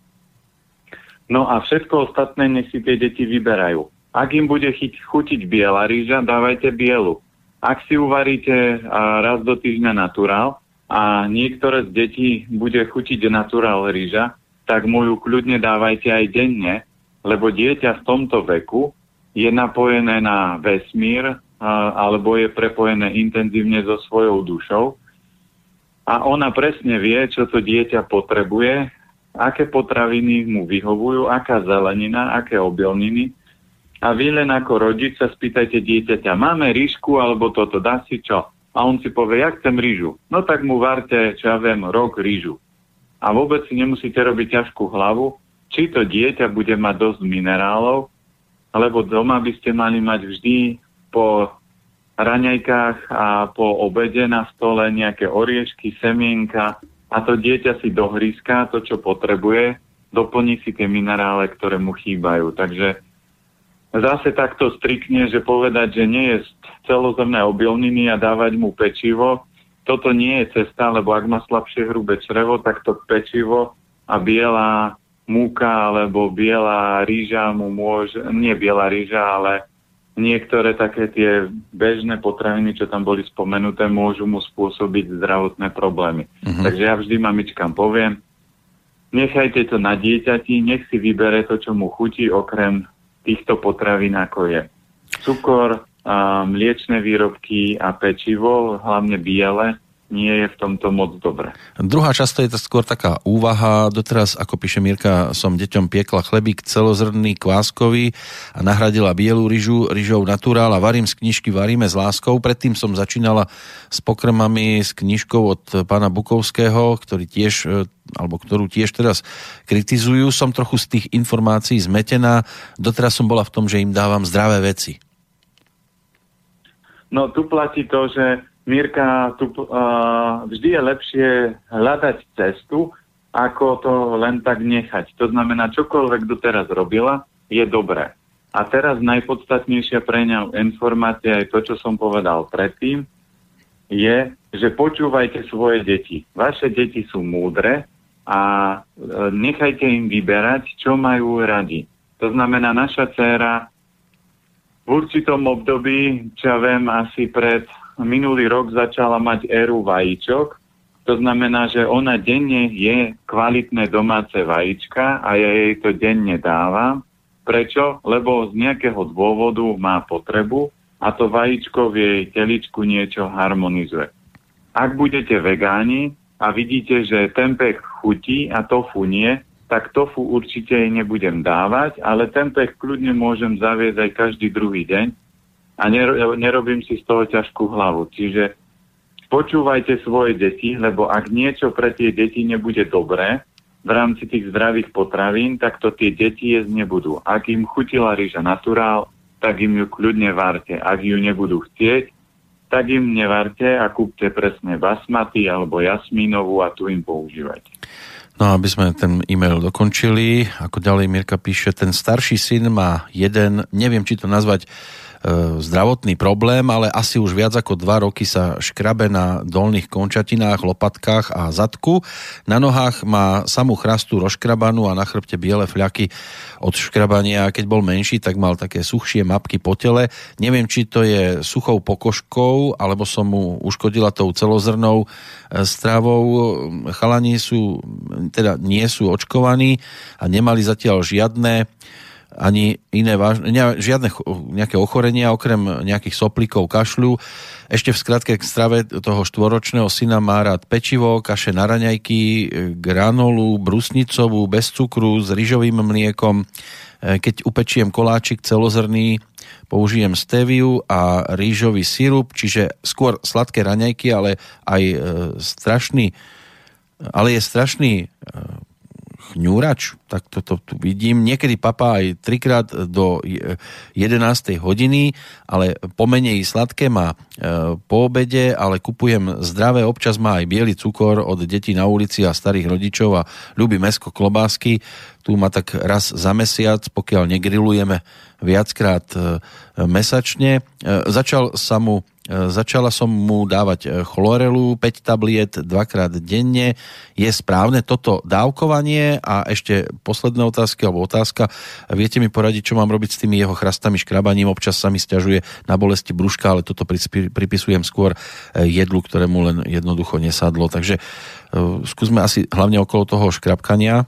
No a všetko ostatné nech si tie deti vyberajú. Ak im bude chutiť biela rýža, dávajte bielu. Ak si uvaríte raz do týždňa naturál a niektoré z detí bude chutiť naturál rýža, tak moju kľudne dávajte aj denne, lebo dieťa v tomto veku je napojené na vesmír alebo je prepojené intenzívne so svojou dušou a ona presne vie, čo to dieťa potrebuje, aké potraviny mu vyhovujú, aká zelenina, aké obilniny. A vy len ako rodič sa spýtajte dieťaťa, máme rýžku alebo toto, dá si čo? A on si povie, ja chcem rýžu. No tak mu varte, čo ja viem, rok rýžu. A vôbec si nemusíte robiť ťažkú hlavu, či to dieťa bude mať dosť minerálov, lebo doma by ste mali mať vždy po raňajkách a po obede na stole nejaké oriešky, semienka a to dieťa si dohríska to, čo potrebuje, doplní si tie minerály, ktoré mu chýbajú. Takže zase takto striktne, že povedať, že nie je celozrné obilniny a dávať mu pečivo, toto nie je cesta, lebo ak má slabšie hrubé črevo, tak to pečivo a biela múka alebo biela rýža mu môže, nie biela rýža, ale niektoré také tie bežné potraviny, čo tam boli spomenuté, môžu mu spôsobiť zdravotné problémy. Uh-huh. Takže ja vždy mamičkám poviem, nechajte to na dieťati, nech si vybere to, čo mu chutí, okrem týchto potravín, ako je cukor, a mliečne výrobky a pečivo, hlavne biele, nie je v tomto moc dobre. Druhá časť to je to skôr taká úvaha. Doteraz, ako píše Mirka, som deťom piekla chlebík celozrnný kváskový a nahradila bielu ryžu ryžou naturál a varím z knižky Varíme s láskou. Predtým som začínala s pokrmami s knižkou od pána Bukovského, ktorý tiež, alebo ktorú tiež teraz kritizujú. Som trochu z tých informácií zmetená. Doteraz som bola v tom, že im dávam zdravé veci. No tu platí to, že Mirka, tu uh, vždy je lepšie hľadať cestu, ako to len tak nechať. To znamená, čokoľvek doteraz robila, je dobré. A teraz najpodstatnejšia pre ňa informácia je to, čo som povedal predtým, je, že počúvajte svoje deti. Vaše deti sú múdre a nechajte im vyberať, čo majú radi. To znamená, naša dcéra v určitom období, čo ja viem, asi pred minulý rok začala mať éru vajíčok. To znamená, že ona denne je kvalitné domáce vajíčka a ja jej to denne dávam. Prečo? Lebo z nejakého dôvodu má potrebu a to vajíčko v jej teličku niečo harmonizuje. Ak budete vegáni a vidíte, že tempeh chutí a tofu nie, tak tofu určite jej nebudem dávať, ale tempeh kľudne môžem zaviesť aj každý druhý deň a nerobím si z toho ťažkú hlavu. Čiže počúvajte svoje deti, lebo ak niečo pre tie deti nebude dobré v rámci tých zdravých potravín, tak to tie deti jesť nebudú. Ak im chutila rýža naturál, tak im ju kľudne varte. Ak ju nebudú chcieť, tak im nevarte a kúpte presne basmati alebo jasmínovú a tu im používajte. No aby sme ten e-mail dokončili, ako ďalej Mirka píše, ten starší syn má jeden, neviem či to nazvať zdravotný problém, ale asi už viac ako dva roky sa škrabe na dolných končatinách, lopatkách a zadku. Na nohách má samú chrastu rozškrabanú a na chrbte biele fľaky od škrabania. Keď bol menší, tak mal také suchšie mapky po tele. Neviem, či to je suchou pokožkou, alebo som mu uškodila tou celozrnou stravou. Chalani sú, teda nie sú očkovaní a nemali zatiaľ žiadne ani iné vážne, žiadne nejaké ochorenia, okrem nejakých soplíkov, kašľu. Ešte v skratke k strave toho štvoročného syna má rád pečivo, kaše na raňajky, granolu, brusnicovú, bez cukru, s ryžovým mliekom. Keď upečiem koláčik celozrný, použijem steviu a rýžový sirup, čiže skôr sladké raňajky, ale aj strašný, ale je strašný chňúrač, tak toto tu vidím. Niekedy papá aj trikrát do jedenástej hodiny, ale pomenej sladké má po obede, ale kupujem zdravé, občas má aj biely cukor od detí na ulici a starých rodičov a ľubí mäsko, klobásky. Tu má tak raz za mesiac, pokiaľ negrilujeme viackrát mesačne. Začal sa mu Začala som mu dávať chlorelu, päť tabliet dvakrát denne. Je správne toto dávkovanie? A ešte posledné otázky, alebo otázka. Viete mi poradiť, čo mám robiť s tými jeho chrastami, škrabaním? Občas sa mi sťažuje na bolesti brúška, ale toto pripisujem skôr jedlu, ktorému len jednoducho nesadlo. Takže skúsme asi hlavne okolo toho škrabkania.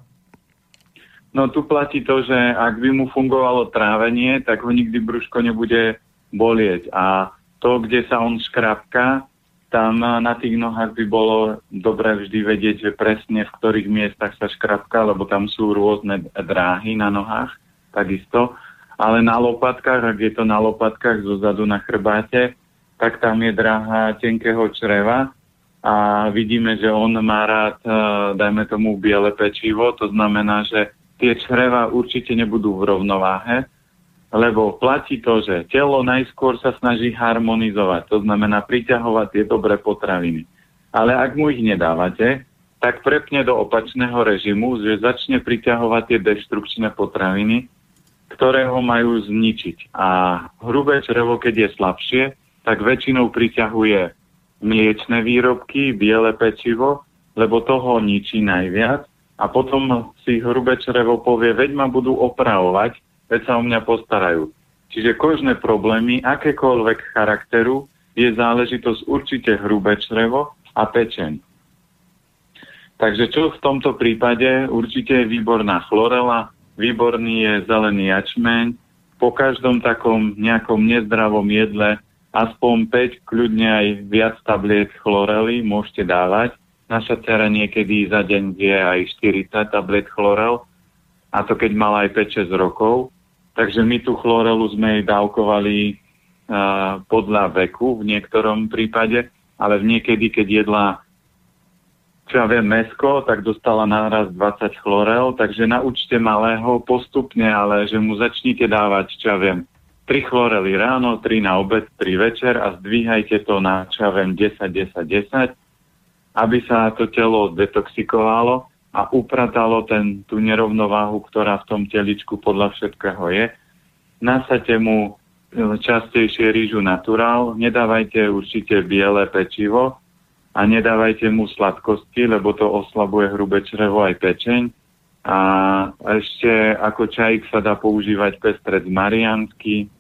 No tu platí to, že ak by mu fungovalo trávenie, tak ho nikdy brúško nebude bolieť. A to, kde sa on škrabka, tam na tých nohách by bolo dobre vždy vedieť, že presne v ktorých miestach sa škrabka, lebo tam sú rôzne dráhy na nohách, takisto. Ale na lopatkách, ak je to na lopatkách zozadu na chrbáte, tak tam je dráha tenkého čreva a vidíme, že on má rád, dajme tomu, biele pečivo. To znamená, že tie čreva určite nebudú v rovnováhe, lebo platí to, že telo najskôr sa snaží harmonizovať, to znamená priťahovať tie dobré potraviny. Ale ak mu ich nedávate, tak prepne do opačného režimu, že začne priťahovať tie deštrukčné potraviny, ktoré ho majú zničiť. A hrubé črevo, keď je slabšie, tak väčšinou priťahuje mliečne výrobky, biele pečivo, lebo toho ničí najviac. A potom si hrubé črevo povie, veď ma budú opravovať, veď sa o mňa postarajú. Čiže kožné problémy, akékoľvek charakteru, je záležitosť určite hrubé črevo a pečeň. Takže čo v tomto prípade? Určite je výborná chlorela, výborný je zelený jačmeň. Po každom takom nejakom nezdravom jedle aspoň päť, kľudne aj viac tabliet chlorely môžete dávať. Naša dcera niekedy za deň vie aj štyridsať tabliet chlorel, a to keď mala aj päť šesť rokov. Takže my tú chlorelu sme jej dávkovali uh, podľa veku v niektorom prípade, ale v niekedy, keď jedla, čo ja viem, mäsko, tak dostala naraz dvadsať chlorel, takže naučte malého postupne, ale že mu začnite dávať, čo ja viem, tri chlorely ráno, tri na obed, tri večer a zdvíhajte to na, čo ja viem, desať, desať, desať, aby sa to telo detoxikovalo a upratalo ten, tú nerovnováhu, ktorá v tom teličku podľa všetkého je. Nasaďte mu častejšie rýžu naturál, nedávajte určite biele pečivo a nedávajte mu sladkosti, lebo to oslabuje hrubé črevo aj pečeň. A ešte ako čajík sa dá používať pestrec mariánsky.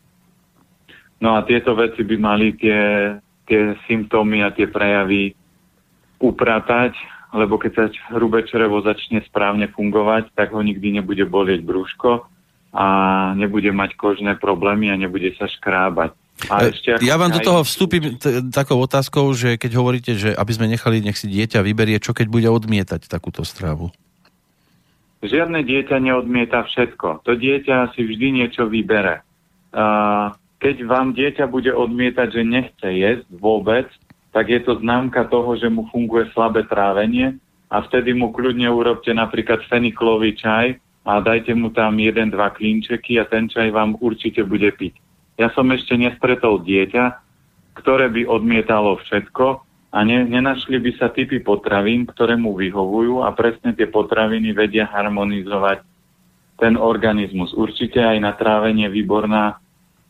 No a tieto veci by mali tie, tie symptómy a tie prejavy upratať, lebo keď sa hrubé črevo začne správne fungovať, tak ho nikdy nebude bolieť brúško a nebude mať kožné problémy a nebude sa škrábať. A ešte ja vám aj... do toho vstúpim t- takou otázkou, že keď hovoríte, že aby sme nechali, nech si dieťa vyberie, čo keď bude odmietať takúto stravu? Žiadne dieťa neodmieta všetko. To dieťa si vždy niečo vybere. Uh, keď vám dieťa bude odmietať, že nechce jesť vôbec, tak je to známka toho, že mu funguje slabé trávenie a vtedy mu kľudne urobte napríklad feniklový čaj a dajte mu tam jeden, dva klínčeky a ten čaj vám určite bude piť. Ja som ešte nestretol dieťa, ktoré by odmietalo všetko a ne, nenašli by sa typy potravín, ktoré mu vyhovujú a presne tie potraviny vedia harmonizovať ten organizmus. Určite aj na trávenie výborná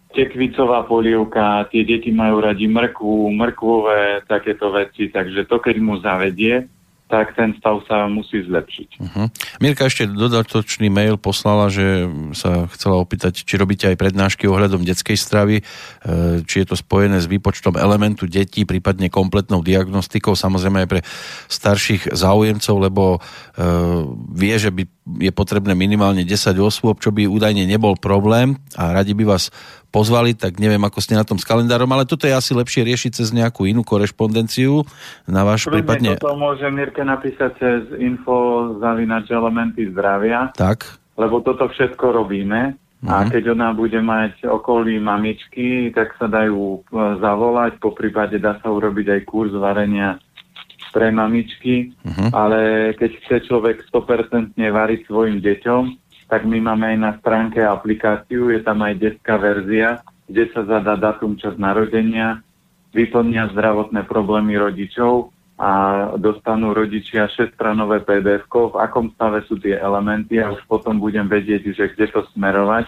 tekvicová polievka, tie deti majú radi mrkvu, mrkvové, takéto veci, takže to, keď mu zavedie, tak ten stav sa musí zlepšiť. Uh-huh. Mirka ešte dodatočný mail poslala, že sa chcela opýtať, či robíte aj prednášky ohľadom detskej stravy, či je to spojené s výpočtom elementu detí, prípadne kompletnou diagnostikou, samozrejme aj pre starších záujemcov, lebo vie, že by je potrebné minimálne desať osôb, čo by údajne nebol problém a radi by vás pozvali, tak neviem, ako ste na tom s kalendárom, ale toto je asi lepšie riešiť cez nejakú inú korešpondenciu na váš Prudne prípadne... Toto môže Mirke napísať cez info zavináč elementy zdravia, tak. Lebo toto všetko robíme uh-huh. a keď ona bude mať okolí mamičky, tak sa dajú zavolať, po prípade dá sa urobiť aj kurz varenia pre mamičky, uh-huh. ale keď chce človek sto percent variť svojim deťom, tak my máme aj na stránke aplikáciu, je tam aj detská verzia, kde sa zadá datum, čas narodenia, vyplnia zdravotné problémy rodičov a dostanú rodičia šesťstranové pé dé efko, v akom stave sú tie elementy a už potom budem vedieť, že kde to smerovať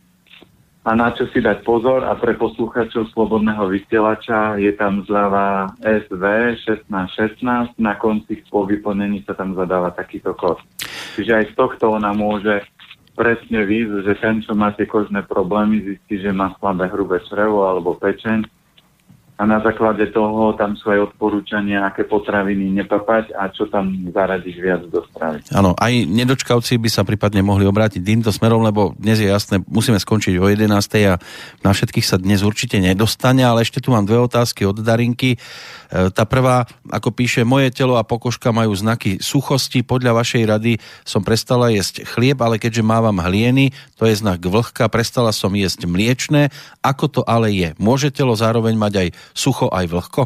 a na čo si dať pozor. A pre posluchačov Slobodného vysielača je tam zľava es vé šestnásť šestnásť, na konci po vyplnení sa tam zadáva takýto kód. Čiže aj z tohto ona môže presne výsť, že ten, čo má tie kožné problémy, zistí, že má slabé hrubé črevo alebo pečeň. A na základe toho tam sú aj odporúčania, aké potraviny nepapať a čo tam zaradiť viac do stravy. Áno, aj nedočkavci by sa prípadne mohli obrátiť týmto smerom, lebo dnes je jasné, musíme skončiť o jedenástej a na všetkých sa dnes určite nedostane, ale ešte tu mám dve otázky od Darinky. Tá prvá, ako píše, moje telo a pokožka majú znaky suchosti. Podľa vašej rady som prestala jesť chlieb, ale keďže mávam hlieny, to je znak vlhka, prestala som jesť mliečne. Ako to ale je? Môže telo zároveň mať aj sucho, aj vlhko?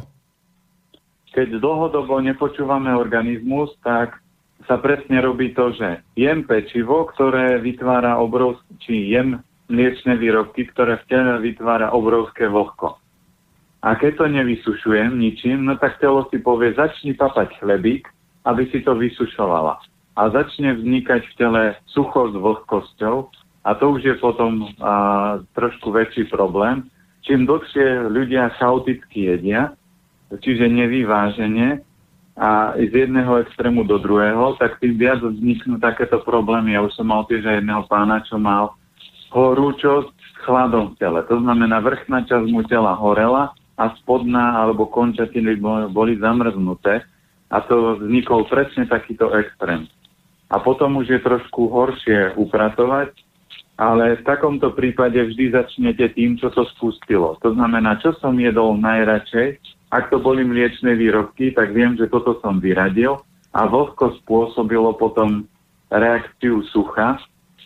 Keď dlhodobo nepočúvame organizmus, tak sa presne robí to, že jem pečivo, ktoré vytvára obrovské, či jem mliečne výrobky, ktoré v tele vytvára obrovské vlhko. A keď to nevysušujem ničím, no tak telo si povie, začni papať chlebík, aby si to vysušovala. A začne vznikať v tele sucho s vlhkosťou a to už je potom a, trošku väčší problém. Čím dlhšie ľudia chaoticky jedia, čiže nevyvážene a z jedného extrému do druhého, tak tým viac vzniknú takéto problémy. Ja už som mal tiež aj jedného pána, čo mal horúčosť s chladom v tele. To znamená, vrchná časť mu tela horela a spodná alebo končatiny boli zamrznuté a to vznikol presne takýto extrém. A potom už je trošku horšie upratovať, ale v takomto prípade vždy začnete tým, čo to spustilo. To znamená, čo som jedol najradšej, ak to boli mliečne výrobky, tak viem, že toto som vyradil a vlhko spôsobilo potom reakciu sucha.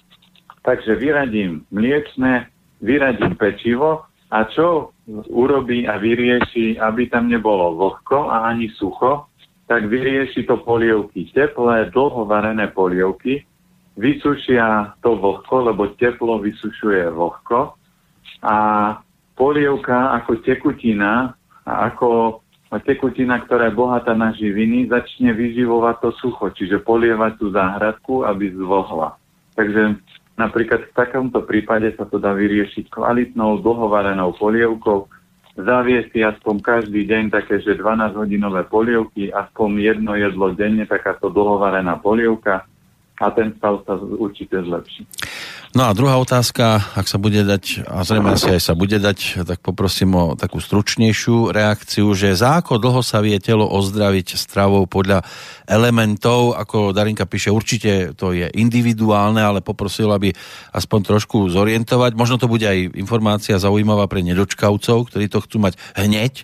Takže vyradím mliečne, vyradím pečivo a čo urobí a vyrieši, aby tam nebolo vlhko a ani sucho, tak vyrieši to polievky. Teplé, dlho varené polievky vysušia to vlhko, lebo teplo vysušuje vlhko a polievka ako tekutina a ako tekutina, ktorá je bohatá na živiny, začne vyživovať to sucho, čiže polievať tú záhradku, aby zvlhla. Takže napríklad v takomto prípade sa to dá vyriešiť kvalitnou, dlhovarenou polievkou, zaviesť si aspoň každý deň také, že dvanásťhodinové polievky, aspoň jedno jedlo denne, takáto dlhovarená polievka, a ten stav sa určite zlepší. No a druhá otázka, ak sa bude dať, a zrejme asi aj sa bude dať, tak poprosím o takú stručnejšiu reakciu, že za ako dlho sa vie telo ozdraviť stravou podľa elementov, ako Darinka píše, určite to je individuálne, ale poprosil, aby aspoň trošku zorientovať. Možno to bude aj informácia zaujímavá pre nedočkavcov, ktorí to chcú mať hneď.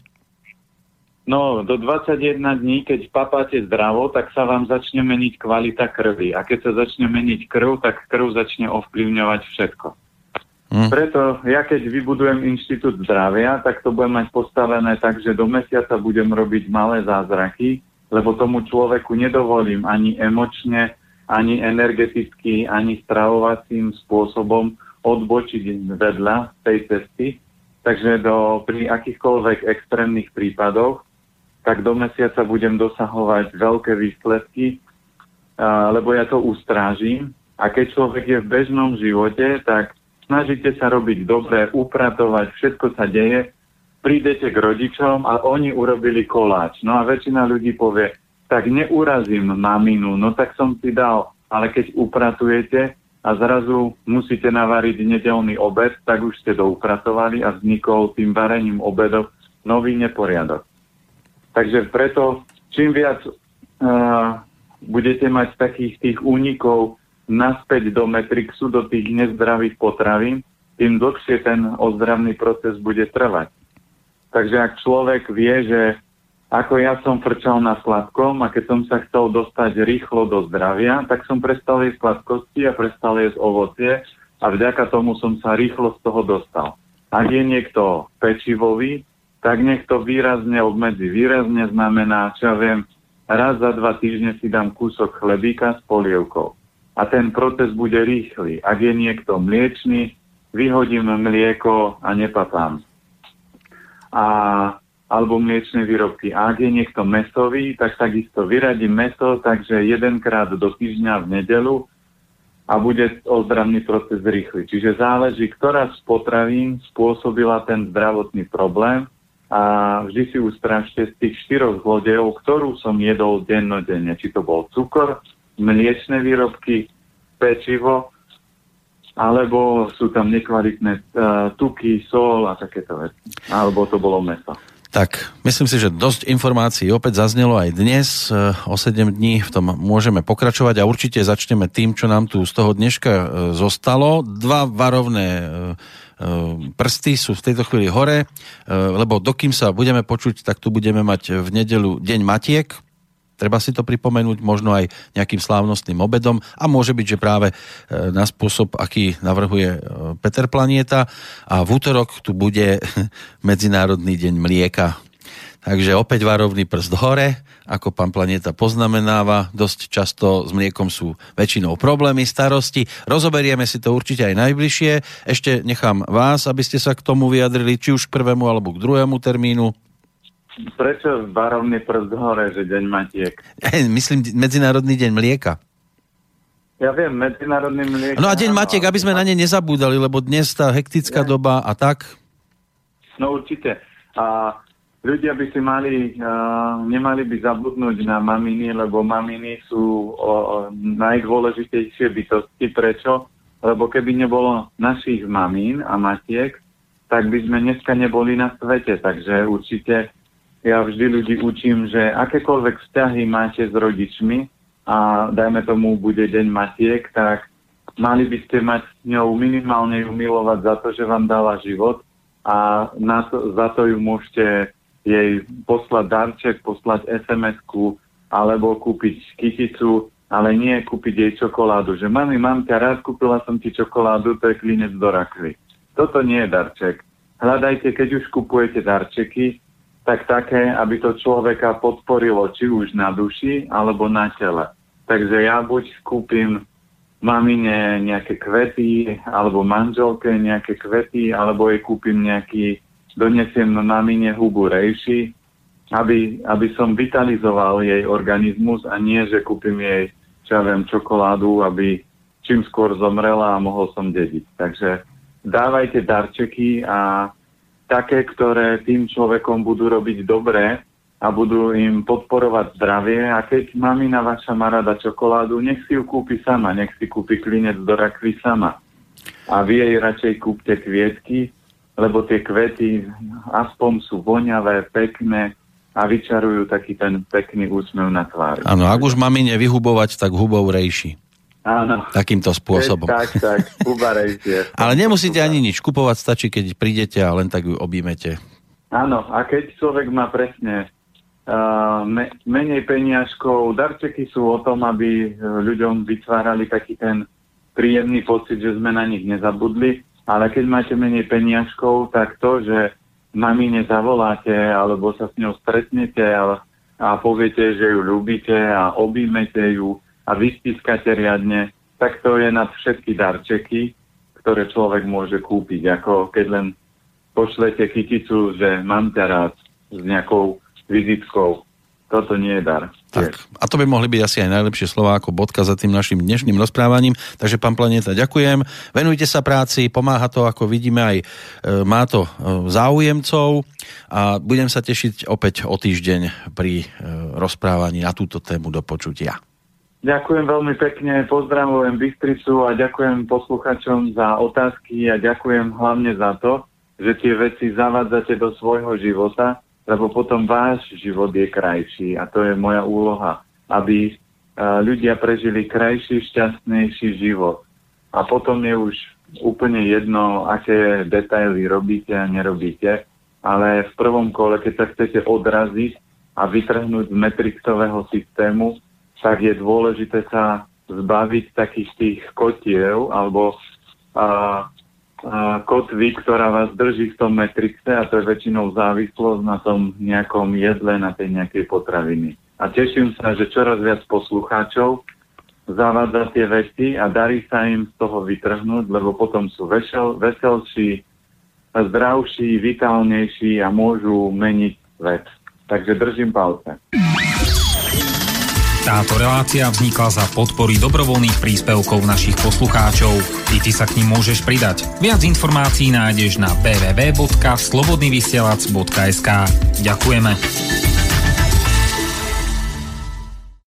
No, do dvadsaťjeden dní, keď papáte zdravo, tak sa vám začne meniť kvalita krvi. A keď sa začne meniť krv, tak krv začne ovplyvňovať všetko. Hmm. Preto ja keď vybudujem inštitút zdravia, tak to budem mať postavené tak, že do mesiaca budem robiť malé zázraky, lebo tomu človeku nedovolím ani emočne, ani energeticky, ani stravovacím spôsobom odbočiť vedľa tej cesty. Takže do, pri akýchkoľvek extrémnych prípadoch tak do mesiaca budem dosahovať veľké výsledky, a, lebo ja to ustrážim. A keď človek je v bežnom živote, tak snažíte sa robiť dobre, upratovať, všetko sa deje, prídete k rodičom a oni urobili koláč. No a väčšina ľudí povie, tak neurazím maminu, no tak som si dal, ale keď upratujete a zrazu musíte navariť nedeľný obed, tak už ste doupratovali a vznikol tým varením obedov nový neporiadok. Takže preto, čím viac uh, budete mať takých tých únikov naspäť do Matrixu, do tých nezdravých potravín, tým dlhšie ten ozdravný proces bude trvať. Takže ak človek vie, že ako ja som frčal na sladkom a keď som sa chcel dostať rýchlo do zdravia, tak som prestal jesť sladkosti a prestal jesť ovocie a vďaka tomu som sa rýchlo z toho dostal. Ak je niekto pečivový, tak nech to výrazne obmedzi. Výrazne znamená, čo ja viem, raz za dva týždne si dám kúsok chlebíka s polievkou. A ten proces bude rýchly. Ak je niekto mliečný, vyhodím mlieko a nepapám. A, alebo mliečne výrobky. A ak je niekto mäsový, tak takisto vyradím mäso, takže jedenkrát do týždňa v nedeľu a bude ozdravný proces rýchly. Čiže záleží, ktorá z potravín spôsobila ten zdravotný problém a vždy si ustrážte z tých štyroch zlodejov, ktorú som jedol dennodenne. Či to bol cukor, mliečne výrobky, pečivo, alebo sú tam nekvalitné uh, tuky, sol a takéto veci. Alebo to bolo mäso. Tak, myslím si, že dosť informácií opäť zaznelo aj dnes. O sedem dní v tom môžeme pokračovať a určite začneme tým, čo nám tu z toho dneška zostalo. Dva varovné prsty sú v tejto chvíli hore, lebo dokým sa budeme počuť, tak tu budeme mať v nedeľu Deň Matiek. Treba si to pripomenúť, možno aj nejakým slávnostným obedom a môže byť, že práve na spôsob, aký navrhuje Peter Planieta a v útorok tu bude Medzinárodný deň mlieka. Takže opäť varovný prst hore, ako pán Planieta poznamenáva, dosť často s mliekom sú väčšinou problémy, starosti. Rozoberieme si to určite aj najbližšie. Ešte nechám vás, aby ste sa k tomu vyjadrili, či už k prvému alebo k druhému termínu. Prečo varovný prst hore, že deň matiek? Myslím, Medzinárodný deň mlieka. Ja viem, Medzinárodný mlieka. No a deň matiek, aby sme na ne nezabúdali, lebo dnes tá hektická ja. doba a tak. No určite. A ľudia by si mali, uh, nemali by zabudnúť na maminy, lebo maminy sú o, o, najdôležitejšie bytosti. Prečo? Lebo keby nebolo našich mamín a matiek, tak by sme dneska neboli na svete. Takže určite ja vždy ľudí učím, že akékoľvek vzťahy máte s rodičmi a dajme tomu bude deň matiek, tak mali by ste mať s ňou minimálne ju milovať za to, že vám dala život a na to, za to ju môžete jej poslať darček, poslať es em esku alebo kúpiť kyticu, ale nie kúpiť jej čokoládu. Že mami, mám ťa rád, kúpila som ti čokoládu, to je klinec do rakvy. Toto nie je darček. Hľadajte, keď už kupujete darčeky, tak také, aby to človeka podporilo či už na duši, alebo na tele. Takže ja buď kúpim mamine nejaké kvety, alebo manželke nejaké kvety, alebo jej kúpim nejaký, donesiem mamine hubu rejši, aby, aby som vitalizoval jej organizmus a nie, že kúpim jej, čo ja viem, čokoládu, aby čím skôr zomrela a mohol som dediť. Takže dávajte darčeky a také, ktoré tým človekom budú robiť dobre a budú im podporovať zdravie. A keď mamina vaša má rada čokoládu, nech si ju kúpi sama, nech si kúpi klinec do rakvy sama. A vy jej radšej kúpte kvietky, lebo tie kvety aspoň sú voňavé, pekné a vyčarujú taký ten pekný úsmev na tvári. Áno, ak už mamine vyhubovať, tak hubou rejši. Áno. Takýmto spôsobom. Tak, tak, ubarejte. Ale nemusíte ani nič kupovať, stačí, keď prídete a len tak ju objímete. Áno, a keď človek má presne uh, me, menej peniažkov, darčeky sú o tom, aby ľuďom vytvárali taký ten príjemný pocit, že sme na nich nezabudli, ale keď máte menej peniažkov, tak to, že mamine zavoláte, alebo sa s ňou stretnete a, a poviete, že ju ľúbite a objímete ju, a vystiskate riadne, tak to je nad všetky darčeky, ktoré človek môže kúpiť. Ako keď len pošlete kyticu, že mám ťa rád s nejakou vizitkou. toto nie je dar. Tak. A to by mohli byť asi aj najlepšie slová ako bodka za tým našim dnešným rozprávaním. Takže pán Planeta, ďakujem. Venujte sa práci, pomáha to, ako vidíme, aj e, má to e, záujemcov a budem sa tešiť opäť o týždeň pri e, rozprávaní na túto tému do počutia. Ďakujem veľmi pekne, pozdravujem Bystricu a ďakujem posluchačom za otázky a ďakujem hlavne za to, že tie veci zavádzate do svojho života, lebo potom váš život je krajší a to je moja úloha, aby ľudia prežili krajší, šťastnejší život. A potom je už úplne jedno, aké detaily robíte a nerobíte, ale v prvom kole, keď sa chcete odraziť a vytrhnúť z Matrixového systému, tak je dôležité sa zbaviť takých tých kotiev alebo a, kotvy, ktorá vás drží v tom Matrixe a to je väčšinou závislosť na tom nejakom jedle, na tej nejakej potraviny. A teším sa, že čoraz viac poslucháčov zavádza tie veci a darí sa im z toho vytrhnúť, lebo potom sú vesel, veselší, zdravší, vitálnejší a môžu meniť svet. Takže držím palce. Táto relácia vznikla za podpory dobrovoľných príspevkov našich poslucháčov. I ty sa k nim môžeš pridať. Viac informácií nájdeš na w w w bodka slobodnyvysielac bodka es ka. Ďakujeme.